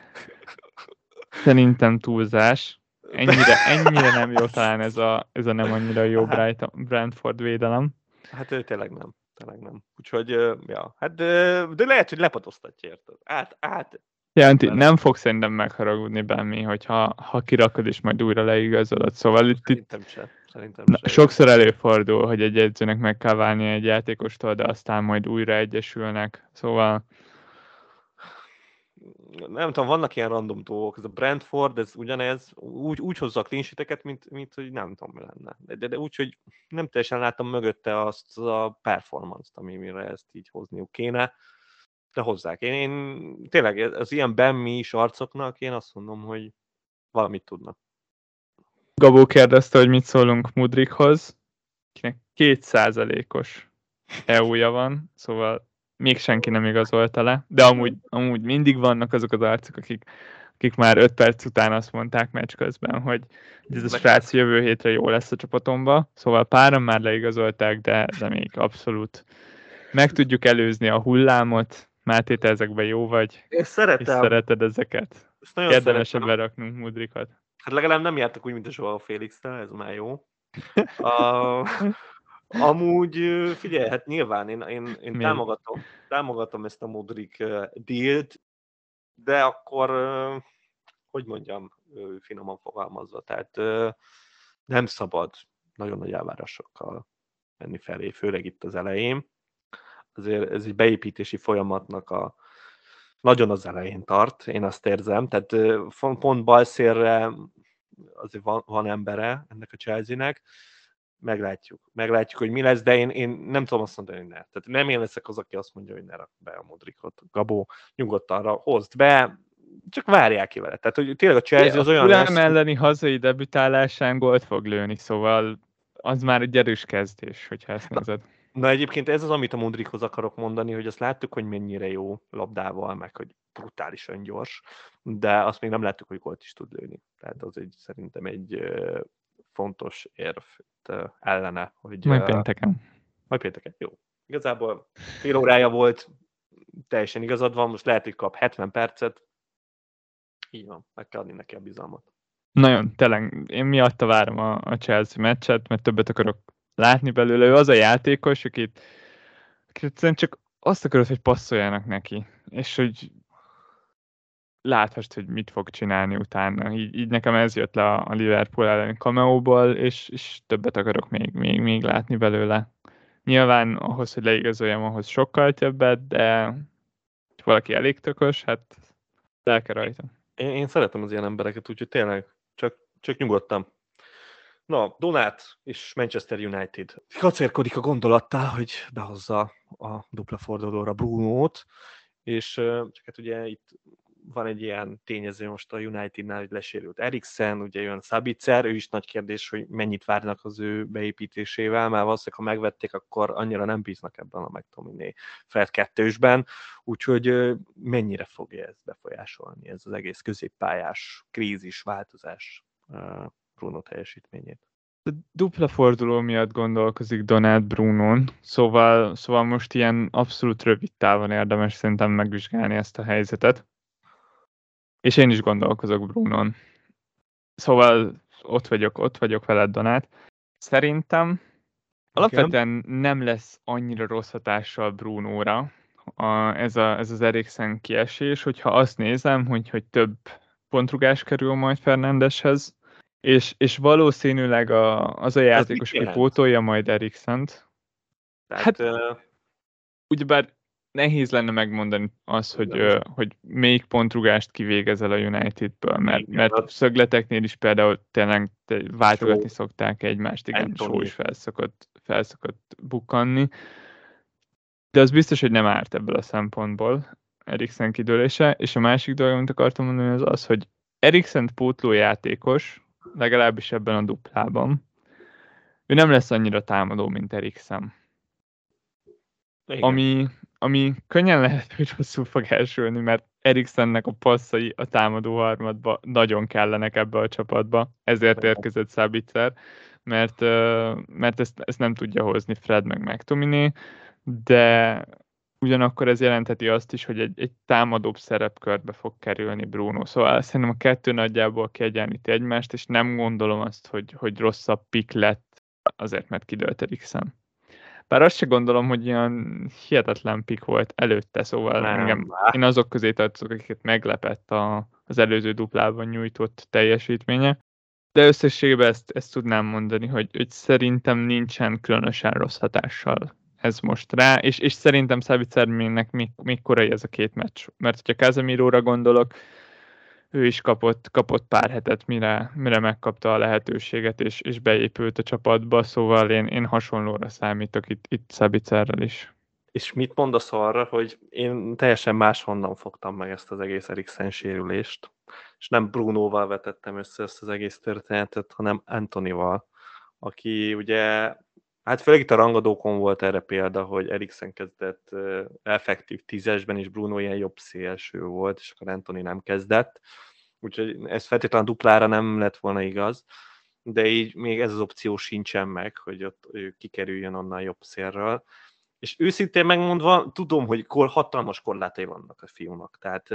túlzás. Ennyire nem jó talán ez a nem annyira jó Brentford védelem. Hát ő tényleg nem. Úgyhogy, ja, hát de lehet, hogy lepatoztatja, érted? Jelenti, nem fog szerintem megharagudni Bambi, hogyha kirakod és majd újra leigazolod. Szóval szerintem sem. Sokszor előfordul, hogy egy edzőnek meg kell válni egy játékostól, de aztán majd újra egyesülnek. Szóval nem tudom, vannak ilyen random dolgok. Ez a Brentford, ez ugyanez, úgy hozza a clean sheeteket, mint hogy nem tudom, mi lenne. De úgy, hogy nem teljesen láttam mögötte azt a performance-t, amire ezt így hozniuk kéne. De hozzák. Én tényleg az ilyen Bambi arcoknak én azt mondom, hogy valamit tudnak. Gabó kérdezte, hogy mit szólunk Mudrikhoz, akinek 2%-os EU-ja van, szóval még senki nem igazolta le, de amúgy mindig vannak azok az arcok, akik már 5 perc után azt mondták meccs közben, hogy ez a srác jövő hétre jó lesz a csapatomba, szóval páran már leigazolták, de még abszolút meg tudjuk előzni a hullámot. Máté, te ezekben jó vagy? Én szeretem. És szereted ezeket? Érdemes beraknunk Mudrikat. Hát legalább nem jártak úgy, mint a Joao Félix-tel, ez már jó. Amúgy figyelj, hát nyilván én támogatom ezt a Mudrik dealt, de akkor, hogy mondjam, finoman fogalmazva, tehát nem szabad nagyon nagy elvárásokkal menni felé, főleg itt az elején. Azért ez egy beépítési folyamatnak nagyon az elején tart, én azt érzem, tehát pont balszélre azért van embere ennek a Chelsea-nek, meglátjuk, hogy mi lesz, de én nem tudom azt mondani, hogy ne. Tehát nem én leszek az, aki azt mondja, hogy ne rak be a Mudrikot. Gabó, nyugodtan hozd be, csak várják ki vele. Tehát, hogy tényleg a Chelsea az olyan lesz... A Fulham elleni hazai debütálásán gólt fog lőni, szóval az már egy erős kezdés, hogyha ezt nézed. Na egyébként ez az, amit a Mudrikhoz akarok mondani, hogy azt láttuk, hogy mennyire jó labdával, meg hogy brutálisan gyors, de azt még nem láttuk, hogy gólt is tud lőni. Tehát az szerintem egy fontos érv ellene. Hogy, majd pénteken. Jó. Igazából fél órája volt, teljesen igazad van, most lehet, hogy kap 70 percet. Így van, meg kell adni neki a bizalmat. Nagyon, tényleg, én miatta várom a Chelsea meccset, mert többet akarok látni belőle. Ő az a játékos, akit egyszerűen csak azt akarod, hogy passzoljanak neki, és hogy láthast, hogy mit fog csinálni utána. Így nekem ez jött le a Liverpool elleni cameóból, és többet akarok még látni belőle. Nyilván ahhoz, hogy leigazoljam, ahhoz sokkal többet, de valaki elég tökös, hát lelke rajta. Én szeretem az ilyen embereket, úgyhogy tényleg csak nyugodtan. Na, Donát és Manchester United kacérkodik a gondolattal, hogy behozza a dupla fordulóra Brunót, és csak hát ugye itt van egy ilyen tényező most a Unitednál, hogy lesérült Eriksen, ugye jön Sabitzer, ő is nagy kérdés, hogy mennyit várnak az ő beépítésével, mert valószínűleg, ha megvették, akkor annyira nem bíznak ebben a McTominay Fred 2-sben, úgyhogy mennyire fogja ez befolyásolni, ez az egész középpályás krízis, változás Bruno teljesítményét. A dupla forduló miatt gondolkozik Donát Brunón, szóval most ilyen abszolút rövid távon érdemes szerintem megvizsgálni ezt a helyzetet. És én is gondolkozok Brunón. Szóval ott vagyok veled, Donát. Szerintem alapvetően nem lesz annyira rossz hatással Brunóra ez az Eriksen kiesés, hogyha azt nézem, hogy több pontrugás kerül majd Fernandeshez, és valószínűleg az a játékos, hogy pótolja majd Eriksent. Hát, ugyebár nehéz lenne megmondani azt, hogy melyik pontrugást kivégezel a Unitedből, mert szögleteknél is például tényleg váltogatni szokták egymást, igen, Shaw is felszokott bukkanni. De az biztos, hogy nem árt ebből a szempontból Eriksen kidőlése, és a másik dolog, amit akartam mondani, az, hogy Eriksen pótló játékos, legalábbis ebben a duplában, ő nem lesz annyira támadó, mint Eriksen. ami, ami könnyen lehet, hogy rosszul fog elsülni, mert Eriksennek a passzai a támadó harmadba nagyon kellenek ebbe a csapatba, ezért érkezett Sabitzer, mert ezt nem tudja hozni Fred meg McTominay, de ugyanakkor ez jelentheti azt is, hogy egy támadóbb szerepkörbe fog kerülni Bruno. Szóval szerintem a kettő nagyjából kiegyenlíti egymást, és nem gondolom azt, hogy rosszabb pick lett azért, mert kidőlt Eriksen. Bár azt se gondolom, hogy ilyen hihetetlen pick volt előtte, szóval Nem. én azok közé tartozok, akiket meglepett az előző duplában nyújtott teljesítménye. De összességében ezt tudnám mondani, hogy szerintem nincsen különösen rossz hatással ez most rá, és szerintem Szabitzermének még korai ez a két meccs. Mert hogyha Casemiróra gondolok, ő is kapott pár hetet, mire megkapta a lehetőséget, és beépült a csapatba, szóval én hasonlóra számítok itt Szabitzerrel is. És mit mondasz arra, hogy én teljesen máshonnan fogtam meg ezt az egész Eriksen sérülést, és nem Brunoval vetettem össze ezt az egész történetet, hanem Antonyval, aki ugye, hát főleg itt a rangadókon volt erre példa, hogy Eriksen kezdett effektív 10-esben, és Bruno ilyen jobb szélső volt, és akkor Antony nem kezdett, úgyhogy ez feltétlenül duplára nem lett volna igaz, de így még ez az opció sincsen meg, hogy ott ő kikerüljön onnan jobb szélről. És őszintén megmondva, tudom, hogy hatalmas korlátai vannak a fiúnak, tehát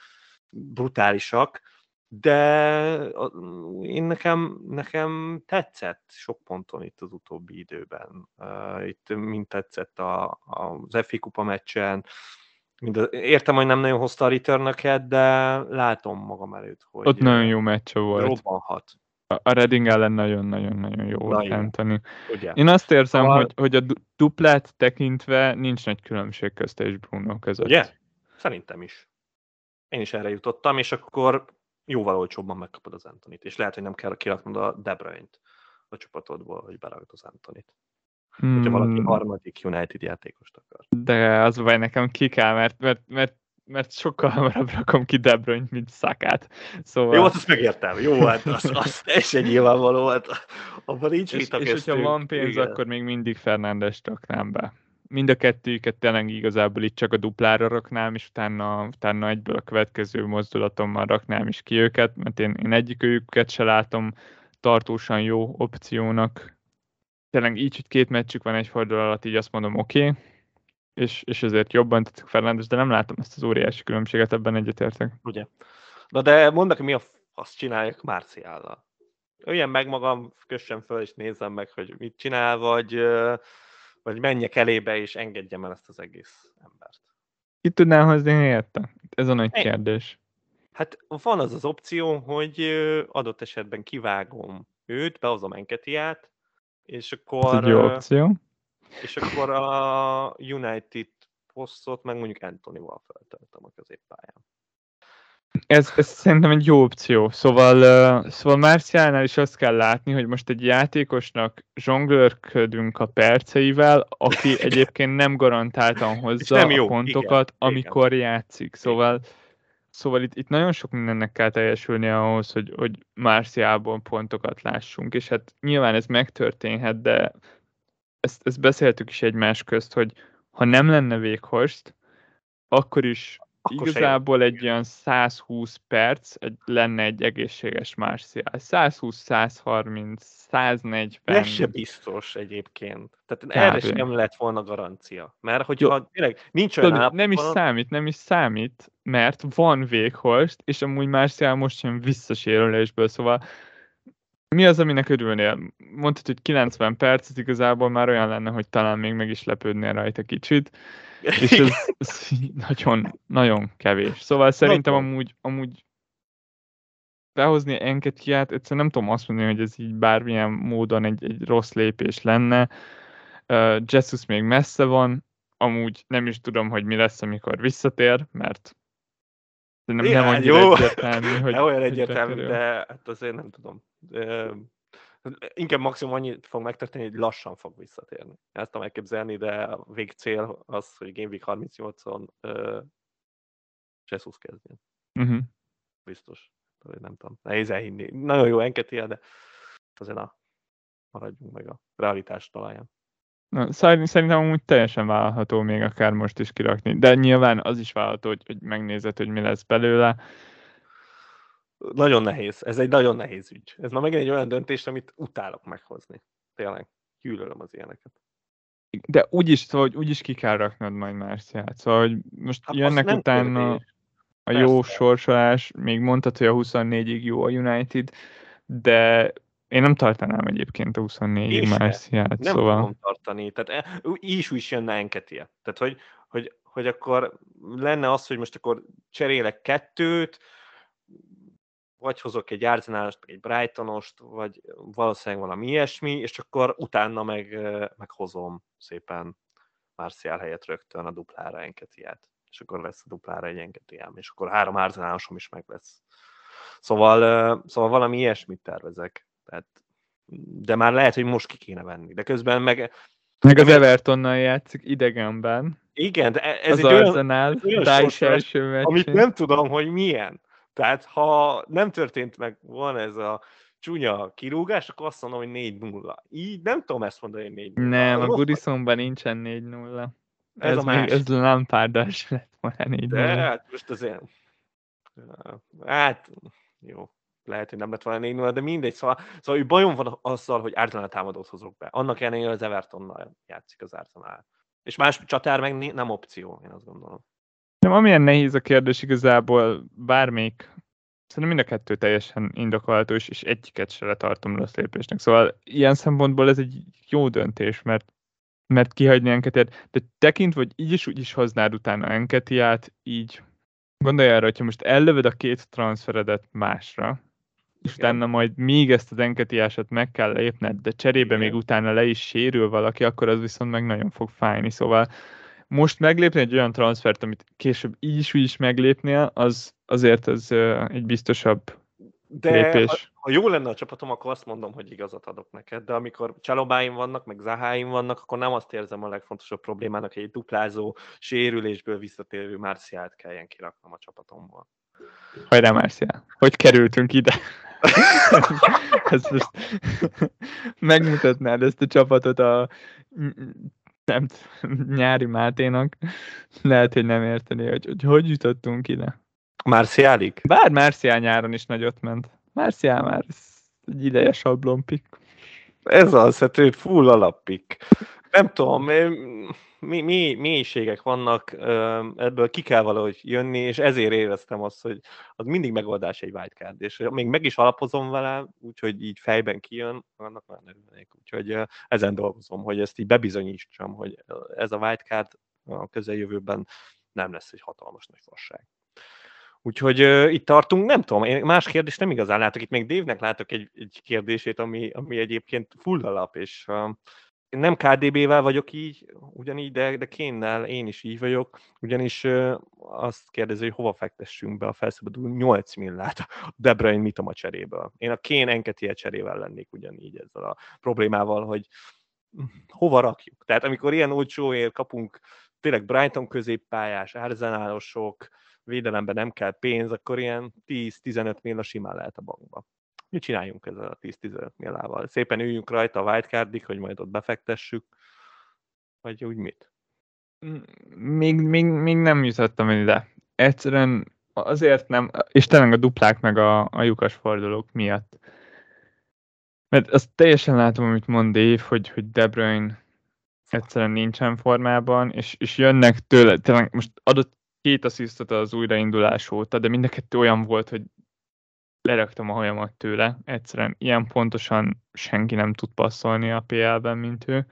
brutálisak, de én nekem tetszett sok ponton itt az utóbbi időben. Itt mind tetszett az FA Kupa meccsen, értem, hogy nem nagyon hozta a returnöket, de látom magam előtt, hogy Ott nagyon jó meccse volt. Robbanhat. A Reading ellen nagyon-nagyon-nagyon jó volt Antony. Én azt érzem, hogy a duplát tekintve nincs nagy különbség közte és Bruno között. Ugye? Szerintem is. Én is erre jutottam, és akkor jóval olcsóbban megkapod az Antonit, és lehet, hogy nem kell kiraknod a De Bruyne-t a csapatodból, hogy beragd az Antonit. Hogyha valaki harmadik United játékost akar. De az baj, nekem ki kell, mert sokkal hamarabb rakom ki De Bruyne-t, mint Sakát. Szóval... Jó, azt megértem. Jó, hát az teljesen nyilvánvaló volt. Abban nincs vita és hogyha van pénz, igen, akkor még mindig Fernandest raknám be. Mind a kettőjüket tényleg igazából itt csak a duplára raknám, és utána egyből a következő mozdulatommal raknám is ki őket, mert én egyikőjüket se látom tartósan jó opciónak. Tényleg így, hogy két meccsük van egy forduló alatt, így azt mondom oké, és ezért jobban tetszik Fernandes, de nem látom ezt az óriási különbséget, ebben egyetértek. Ugye. Na de mondd neki, mi a azt csináljak Martiallal. Öljen meg magam, kössem föl, és nézzem meg, hogy mit csinál, vagy menjek elébe, és engedjem el ezt az egész embert. Ki tudnál hozni helyette? Ez a nagy kérdés. Hát van az opció, hogy adott esetben kivágom őt, behozom Enketiát, és akkor... Ez egy jó opció. És akkor a United posztot meg mondjuk Antonyval feltöltöm a középpályán. Ez szerintem egy jó opció. Szóval Martialnál is azt kell látni, hogy most egy játékosnak zsonglőrködünk a perceivel, aki egyébként nem garantáltan hozza a pontokat, igen, amikor játszik. Szóval itt nagyon sok mindennek kell teljesülnie ahhoz, hogy Martialból pontokat lássunk, és hát nyilván ez megtörténhet, de ezt beszéltük is egymás közt, hogy ha nem lenne Weghorst, akkor is igazából egy olyan 120 perc lenne egy egészséges Martial. 120, 130, 140. Ez se biztos egyébként. Tehát erre sem lett volna garancia. Mert hogyha tényleg nincs olyan állapotban... Nem is számít, mert van Weghorst, és amúgy Martial most jön visszasérülésből, szóval mi az, aminek örülnél? Mondtad, hogy 90 perc, ez igazából már olyan lenne, hogy talán még meg is lepődnél rajta kicsit, és ez nagyon, nagyon kevés. Szóval szerintem amúgy behozni Enketiát, egyszerűen nem tudom azt mondani, hogy ez így bármilyen módon egy rossz lépés lenne. Jesus még messze van, amúgy nem is tudom, hogy mi lesz, amikor visszatér, mert nem annyira egyértelmű, hogy... Nem olyan egyértelmű, de hát azért nem tudom. Inkább maximum annyit fog megtörténni, hogy lassan fog visszatérni. Ezt tudom elképzelni, de a végcél az, hogy Game Week 38-on Jesus kezdjen. Uh-huh. Biztos. Nem tudom. Nehéz elhinni. Nagyon jó Enketia, de azért maradjunk meg a realitás talaján. Na, szerintem amúgy teljesen vállalható még akár most is kirakni, de nyilván az is vállalható, hogy megnézed, hogy mi lesz belőle. Nagyon nehéz. Ez egy nagyon nehéz ügy. Ez már megint egy olyan döntés, amit utálok meghozni. Tényleg. Gyűlölöm az ilyeneket. De úgyis ki kell raknod majd Marcialt. Szóval, hogy most Hát az jönnek nem utána kérdés. a jó Persze. sorsolás, még mondtad, hogy a 24-ig jó a United, de én nem tartanám egyébként a 24-ig Én se. Marcialt, Nem szóval... fogom tartani. Tehát így is úgy jönne Enketia. Tehát, hogy akkor lenne az, hogy most akkor cserélek kettőt, vagy hozok egy Arsenalos, egy Brightonost, vagy valószínűleg valami ilyesmi, és akkor utána meg hozom szépen Martial helyett rögtön a duplára Enketiát. És akkor lesz a duplára egy Enketiám, és akkor 3 Arsenalosom is meg lesz. Szóval valami ilyesmit tervezek. Tehát, de már lehet, hogy most ki kéne venni. De közben meg Az Evertonnal játszik idegenben. igen, de ez Az egy Arsenal, olyan Dyche sorsolás, első amit meccsén. nem tudom, hogy milyen. Tehát, ha nem történt meg, van ez a csúnya kirúgás, akkor azt mondom, hogy 4-0. Így nem tudom ezt mondani, hogy 4-0. Nem, a Goodisonban nincsen 4-0. Ez a Ez másik. Lampard-as lett volna 4-0. De hát most azért... Hát, jó. Lehet, hogy nem lett volna 4-0, de mindegy. Szóval bajom van azzal, hogy Arsenal támadót hozok be. Annak ellenére az Evertonnal játszik az Arsenal. És más csatár meg nem opció, én azt gondolom. Nem, amilyen nehéz a kérdés igazából bármelyik, szerintem mind a kettő teljesen indokolható, és egyiket se letartom rossz lépésnek. Szóval ilyen szempontból ez egy jó döntés, mert kihagyni Enketiát, de tekintve, hogy így is úgy is hoznád utána Enketiát, így gondolj arra, hogyha most ellövöd a két transferedet másra, és utána majd még ezt az Enketiásat meg kell lépned, de cserébe Igen. még utána le is sérül valaki, akkor az viszont meg nagyon fog fájni. Szóval most meglépni egy olyan transfert, amit később így is meglépnél, azért az egy biztosabb De lépés. ha jó lenne a csapatom, akkor azt mondom, hogy igazat adok neked, de amikor Csalobáim vannak, meg Zaháim vannak, akkor nem azt érzem a legfontosabb problémának, hogy egy duplázó, sérülésből visszatérő Marcialt kelljen kiraknom a csapatomból. Hajrá, Marcial! Hogy kerültünk ide? Ezt most megmutatnád ezt a csapatot a nem Nyári Máténak, lehet, hogy nem érteni, hogy jutottunk ide. Marcialig? Bár Marcial nyáron is nagyot ment. Marcial már egy ideje sablonpik. Ez az, hát ő full alappik. Nem tudom, mélységek vannak, ebből ki kell valahogy jönni, és ezért éreztem azt, hogy az mindig megoldás egy wildcard, és még meg is alapozom vele, úgyhogy így fejben kijön, annak már nem örülnék. Úgyhogy ezen dolgozom, hogy ezt így bebizonyítsam, hogy ez a wildcard a közeljövőben nem lesz egy hatalmas nagy fasság. Úgyhogy itt tartunk, nem tudom, én más kérdést nem igazán látok, itt még Dave-nek látok egy kérdését, ami egyébként full alap, és nem KDB-vel vagyok így, ugyanígy, de Kane-nel én is így vagyok, ugyanis azt kérdezi, hogy hova fektessünk be a felszabaduló 8 millát a De Bruyne Mitoma cseréből. Én a Kane Enketia cserével lennék ugyanígy ezzel a problémával, hogy hova rakjuk. Tehát amikor ilyen olcsóért kapunk tényleg Brighton középpályás, Arsenalosok, védelemben nem kell pénz, akkor ilyen 10-15 millió simán lehet a bankba. Mit csináljunk ezzel a 10-15 milliával? Szépen üljünk rajta a wildcardig, hogy majd ott befektessük, vagy úgy mit? Még nem jutottam ide. Egyszerűen azért nem, és tényleg a duplák meg a lyukas fordulók miatt. Mert azt teljesen látom, amit mond Dave, hogy De Bruyne egyszerűen nincsen formában, és jönnek tőle, tényleg most adott 2 asszisztot az újraindulás óta, de mind a kettő olyan volt, hogy leraktam a hajamat tőle. Egyszerűen ilyen pontosan senki nem tud passzolni a PL-ben, mint ő.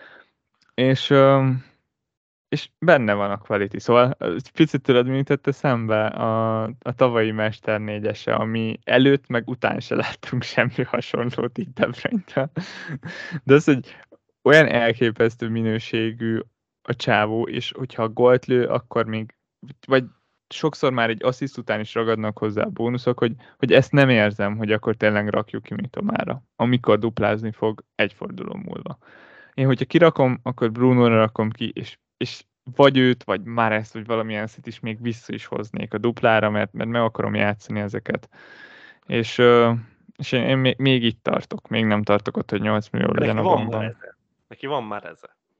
És benne van a quality. Szóval picit tudod, mint tette szembe a tavalyi Mester 4-ese, ami előtt meg után se láttunk semmi hasonlót így De Bruyne-től. De az, hogy olyan elképesztő minőségű a csávó, és hogyha a gólt lő, akkor még, vagy sokszor már egy assziszt után is ragadnak hozzá a bónuszok, hogy ezt nem érzem, hogy akkor tényleg rakjuk ki Mitomára, amikor duplázni fog egy forduló múlva. Én, hogyha kirakom, akkor Bruno-ra rakom ki, és vagy őt, vagy már ezt, vagy valamilyen szit is még vissza is hoznék a duplára, mert meg akarom játszani ezeket. És én még itt tartok, még nem tartok ott, hogy 8 millió legyen a bankban. Neki van már ez.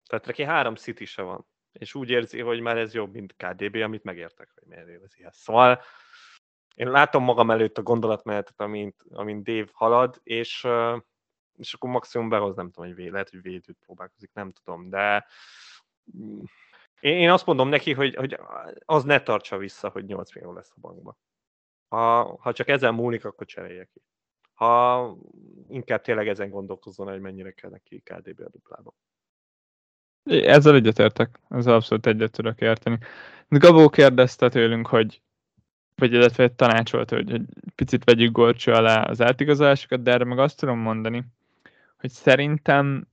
Tehát neki 3 City-se van. És úgy érzi, hogy már ez jobb, mint KDB, amit megértek, hogy miért érzi ezt. Szóval én látom magam előtt a gondolatmenetet, amint Dave halad, és akkor maximum behoz, nem tudom, hogy lehet, hogy védőt próbálkozik, nem tudom, de én azt mondom neki, hogy az ne tartsa vissza, hogy 8 millió lesz a bankban. Ha csak ezen múlik, akkor cserélje ki. Ha inkább tényleg ezen gondolkozzon, hogy mennyire kell neki KDB a duplába. Ezzel egyetértek, ezzel abszolút egyet tudok érteni. Gabó kérdezte tőlünk, vagy illetve tanácsolt, hogy picit vegyük górcső alá az átigazolásokat, de erre meg azt tudom mondani, hogy szerintem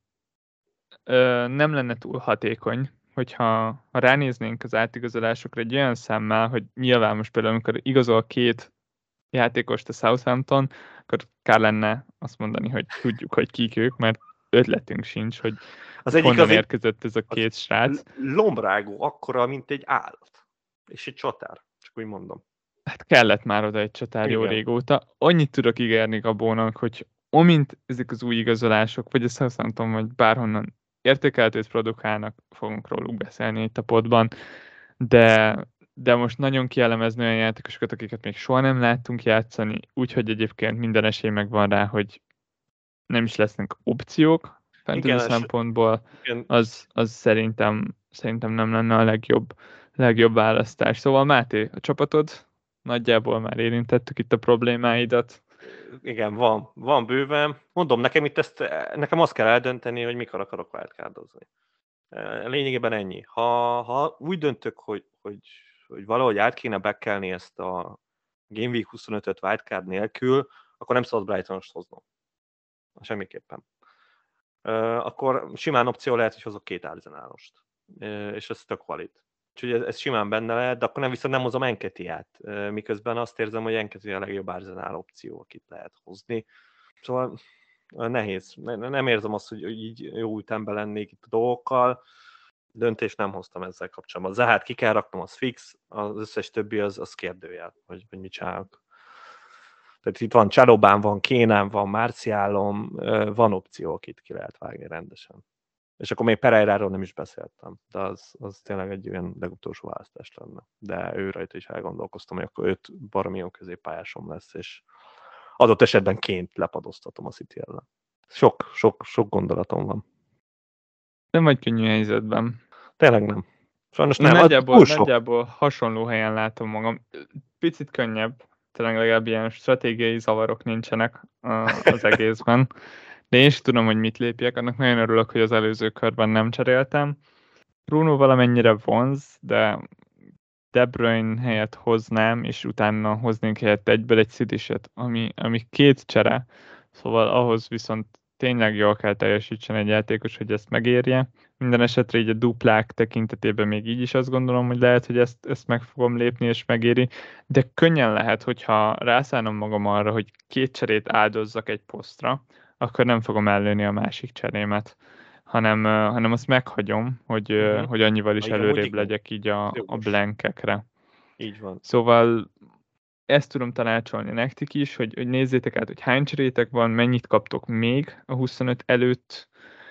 nem lenne túl hatékony, hogyha ránéznénk az átigazolásokra egy olyan szemmel, hogy nyilván most például, amikor igazol 2 játékost a Southampton, akkor kár lenne azt mondani, hogy tudjuk, hogy kik ők, mert ötletünk sincs, hogy az egyik honnan érkezett ez a 2 srác. Lombrágó, akkora, mint egy állat. És egy csatár, csak úgy mondom. Hát kellett már oda egy csatár jó régóta. Annyit tudok ígérni Gabónak, hogy amint ezek az új igazolások, vagy a Southampton, vagy bárhonnan értékeltőt produkálnak, fogunk róluk beszélni itt a podban, de most nagyon kielemezni olyan játékosokat, akiket még soha nem láttunk játszani, úgyhogy egyébként minden esély megvan rá, hogy nem is lesznek opciók fantasy szempontból, az szerintem nem lenne a legjobb választás. Szóval Máté, a csapatod? Nagyjából már érintettük itt a problémáidat. Igen, van bőven. Mondom, nekem azt kell eldönteni, hogy mikor akarok wildcardozni. Lényegében ennyi. Ha úgy döntök, hogy valahogy át kéne bekelni ezt a Game Week 25-öt wildcard nélkül, akkor nem szabad Brighton-ost hoznom. Semmiképpen. Akkor simán opció lehet, hogy hozok 2 Arsenalos-t. És ez tök valid. Úgyhogy ez simán benne lehet, de akkor nem hozom Enketiát, miközben azt érzem, hogy Enketi a legjobb Arsenal opció, akit lehet hozni. Szóval nehéz. Nem érzem azt, hogy így jó ütemben lennék itt a dolgokkal. Döntést nem hoztam ezzel kapcsolatban. Zahát ki kell raknom, az fix, az összes többi az kérdőjel, hogy mit csinálok. Tehát itt van Csalobán, van Kénán, van Marciálom, van opció, akit ki lehet vágni rendesen. És akkor még Pereiráról nem is beszéltem, de az tényleg egy olyan legutolsó választás lenne. De ő rajta is elgondolkoztam, hogy akkor őt baromi jó középpályásom lesz, és adott esetben ként lepadoztatom a City ellen. Sok gondolatom van. Nem vagy könnyű helyzetben. Tényleg nem. Sajnos nem. Nagyjából hasonló helyen látom magam. Picit könnyebb, tényleg legalább ilyen stratégiai zavarok nincsenek az egészben. De én is tudom, hogy mit lépjek, annak nagyon örülök, hogy az előző körben nem cseréltem. Bruno valamennyire vonz, de De Bruyne helyett hoznám, és utána hoznénk helyett egyből egy City-set, ami 2 csere. Szóval ahhoz viszont tényleg jól kell teljesítsen egy játékos, hogy ezt megérje. Minden esetre így a duplák tekintetében még így is azt gondolom, hogy lehet, hogy ezt meg fogom lépni és megéri, de könnyen lehet, hogyha rászállom magam arra, hogy 2 cserét áldozzak egy posztra, akkor nem fogom ellőni a másik cserémet, hanem azt meghagyom, hogy annyival is előrébb legyek így a blankekre. Így van. Szóval ezt tudom tanácsolni nektek is, hogy nézzétek át, hogy hány cserétek van, mennyit kaptok még a 25 előtt,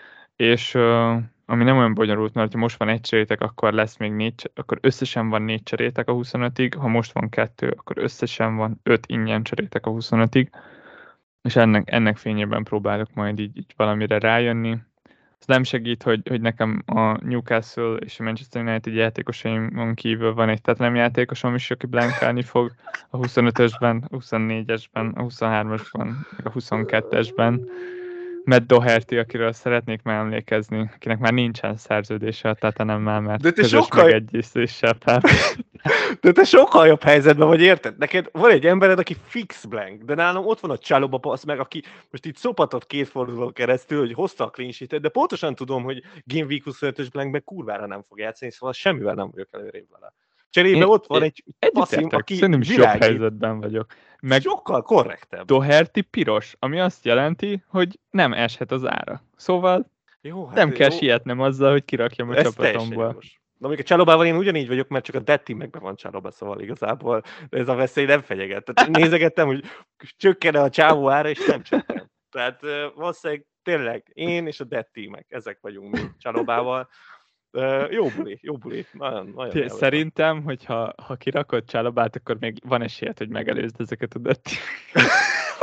és ami nem olyan bonyolult, mert ha most van 1 cserétek, akkor lesz még 4, akkor összesen van 4 cserétek a 25-ig, ha most van 2, akkor összesen van 5 ingyen cserétek a 25-ig, és ennek fényében próbálok majd így valamire rájönni. Ez nem segít, hogy nekem a Newcastle és a Manchester United játékosaimon kívül van egy Tottenham játékosom is, aki blankálni fog a 25-ösben, a 24-esben, a 23-asban, meg a 22-esben. Matt Doherty, akiről szeretnék már emlékezni, akinek már nincsen szerződése a Tottenhammel, mert közös megegyezéssel fel. De te sokkal jobb helyzetben vagy, érted? Neked van egy embered, aki fix blank, de nálam ott van a Csalóba passz meg, aki most itt szopatott 2 fordulón keresztül, hogy hozta a clean sheet-et, de pontosan tudom, hogy Game Week 25-ös blankben kurvára nem fog játszani, szóval semmivel nem vagyok előrébb vele. Cserébe ott van egy passzim, aki szerintem is jobb helyzetben vagyok. Meg sokkal korrektebb. Doherty piros, ami azt jelenti, hogy nem eshet az ára. Szóval jó, hát nem kell sietnem azzal, hogy kirakjam a csapatomból. De mondjuk a Csalobával én ugyanígy vagyok, mert csak a dead teamekben van Csaloba, szóval igazából ez a veszély nem fenyeget. Tehát nézegettem, hogy csökkene a csávó ára, és nem csökken. Tehát valószínűleg tényleg, én és a Dead Teamek, ezek vagyunk mi Csalobával. Jó buli, nagyon élvezem. Szerintem, hogyha kirakod Csalobát, akkor még van esélyed, hogy megelőzd ezeket a Dead Teameket.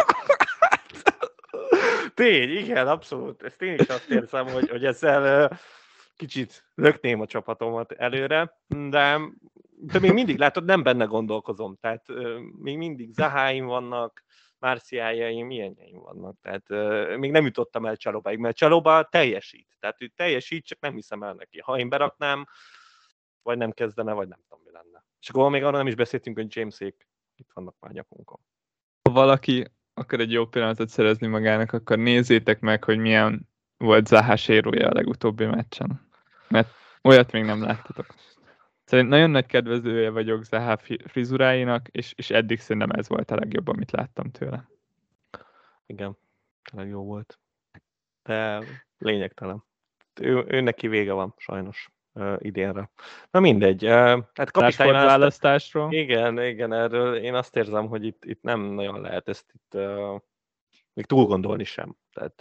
Tény, igen, abszolút. Ezt én is azt érzem, hogy ezzel kicsit lökném a csapatomat előre, de még mindig, látod, nem benne gondolkozom. Tehát még mindig Zaháim vannak, Marcialjaim, ilyenjeim vannak. Tehát még nem jutottam el Csalobáig, mert Csaloba teljesít. Tehát ő teljesít, csak nem hiszem el neki. Ha én beraknám, vagy nem kezdene, vagy nem tudom, mi lenne. És akkor még arra nem is beszéltünk, hogy Jamesék itt vannak már nyakunkon. Ha valaki akar egy jó pillanatot szerezni magának, akkor nézzétek meg, hogy milyen volt Zaha sérója a legutóbbi meccsen. Mert olyat még nem láttatok. Szerintem nagyon nagy kedvezője vagyok Zaha frizuráinak, és eddig szerintem ez volt a legjobb, amit láttam tőle. Igen, tényleg jó volt. De lényegtelen. Ő neki vége van, sajnos, idénre. Na mindegy. Hát kapitány választásról. Igen, erről én azt érzem, hogy itt nem nagyon lehet ezt itt még túl gondolni sem. Tehát,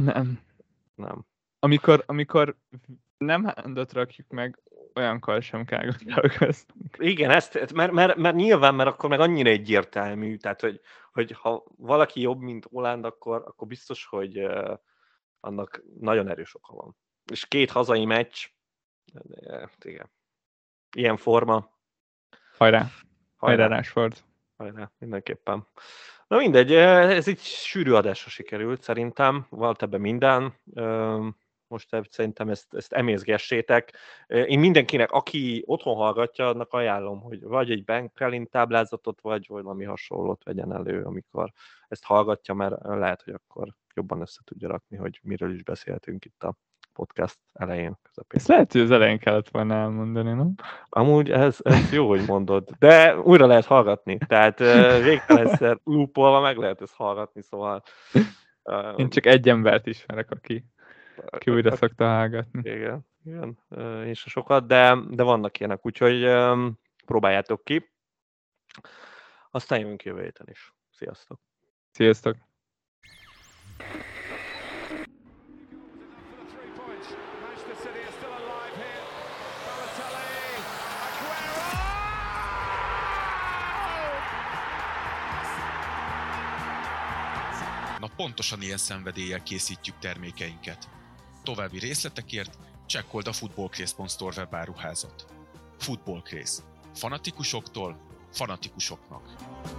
nem. Amikor nem Haalandot rakjuk meg, olyankor sem kell gondolkozni. Igen, mert nyilván, mert akkor meg annyira egyértelmű, tehát hogy ha valaki jobb, mint Haaland, akkor biztos, hogy annak nagyon erős oka van. És 2 hazai meccs, igen. Ilyen forma. Hajrá Rashford. Hajrá, mindenképpen. Na mindegy, ez egy sűrű adásra sikerült, szerintem. Volt ebben minden. Most szerintem ezt emészgessétek. Én mindenkinek, aki otthon hallgatja, annak ajánlom, hogy vagy egy Bankrelin táblázatot, vagy valami hasonlót vegyen elő, amikor ezt hallgatja, mert lehet, hogy akkor jobban össze tudja rakni, hogy miről is beszéltünk itt a podcast elején, közepén. Ezt lehet, hogy az elején kellett volna elmondani, nem? Amúgy ez jó, hogy mondod. De újra lehet hallgatni. Tehát végtelenszer loopolva meg lehet ezt hallgatni, szóval... Én csak egy embert ismerek, aki újra szokta hallgatni. Igen, én sem sokat, de vannak ilyenek, úgyhogy próbáljátok ki. Aztán jövünk jövő héten is. Sziasztok! Sziasztok! Na pontosan ilyen szenvedéllyel készítjük termékeinket. További részletekért csekkold a footballcraze.store webáruházat. Footballcraze. Fanatikusoktól fanatikusoknak.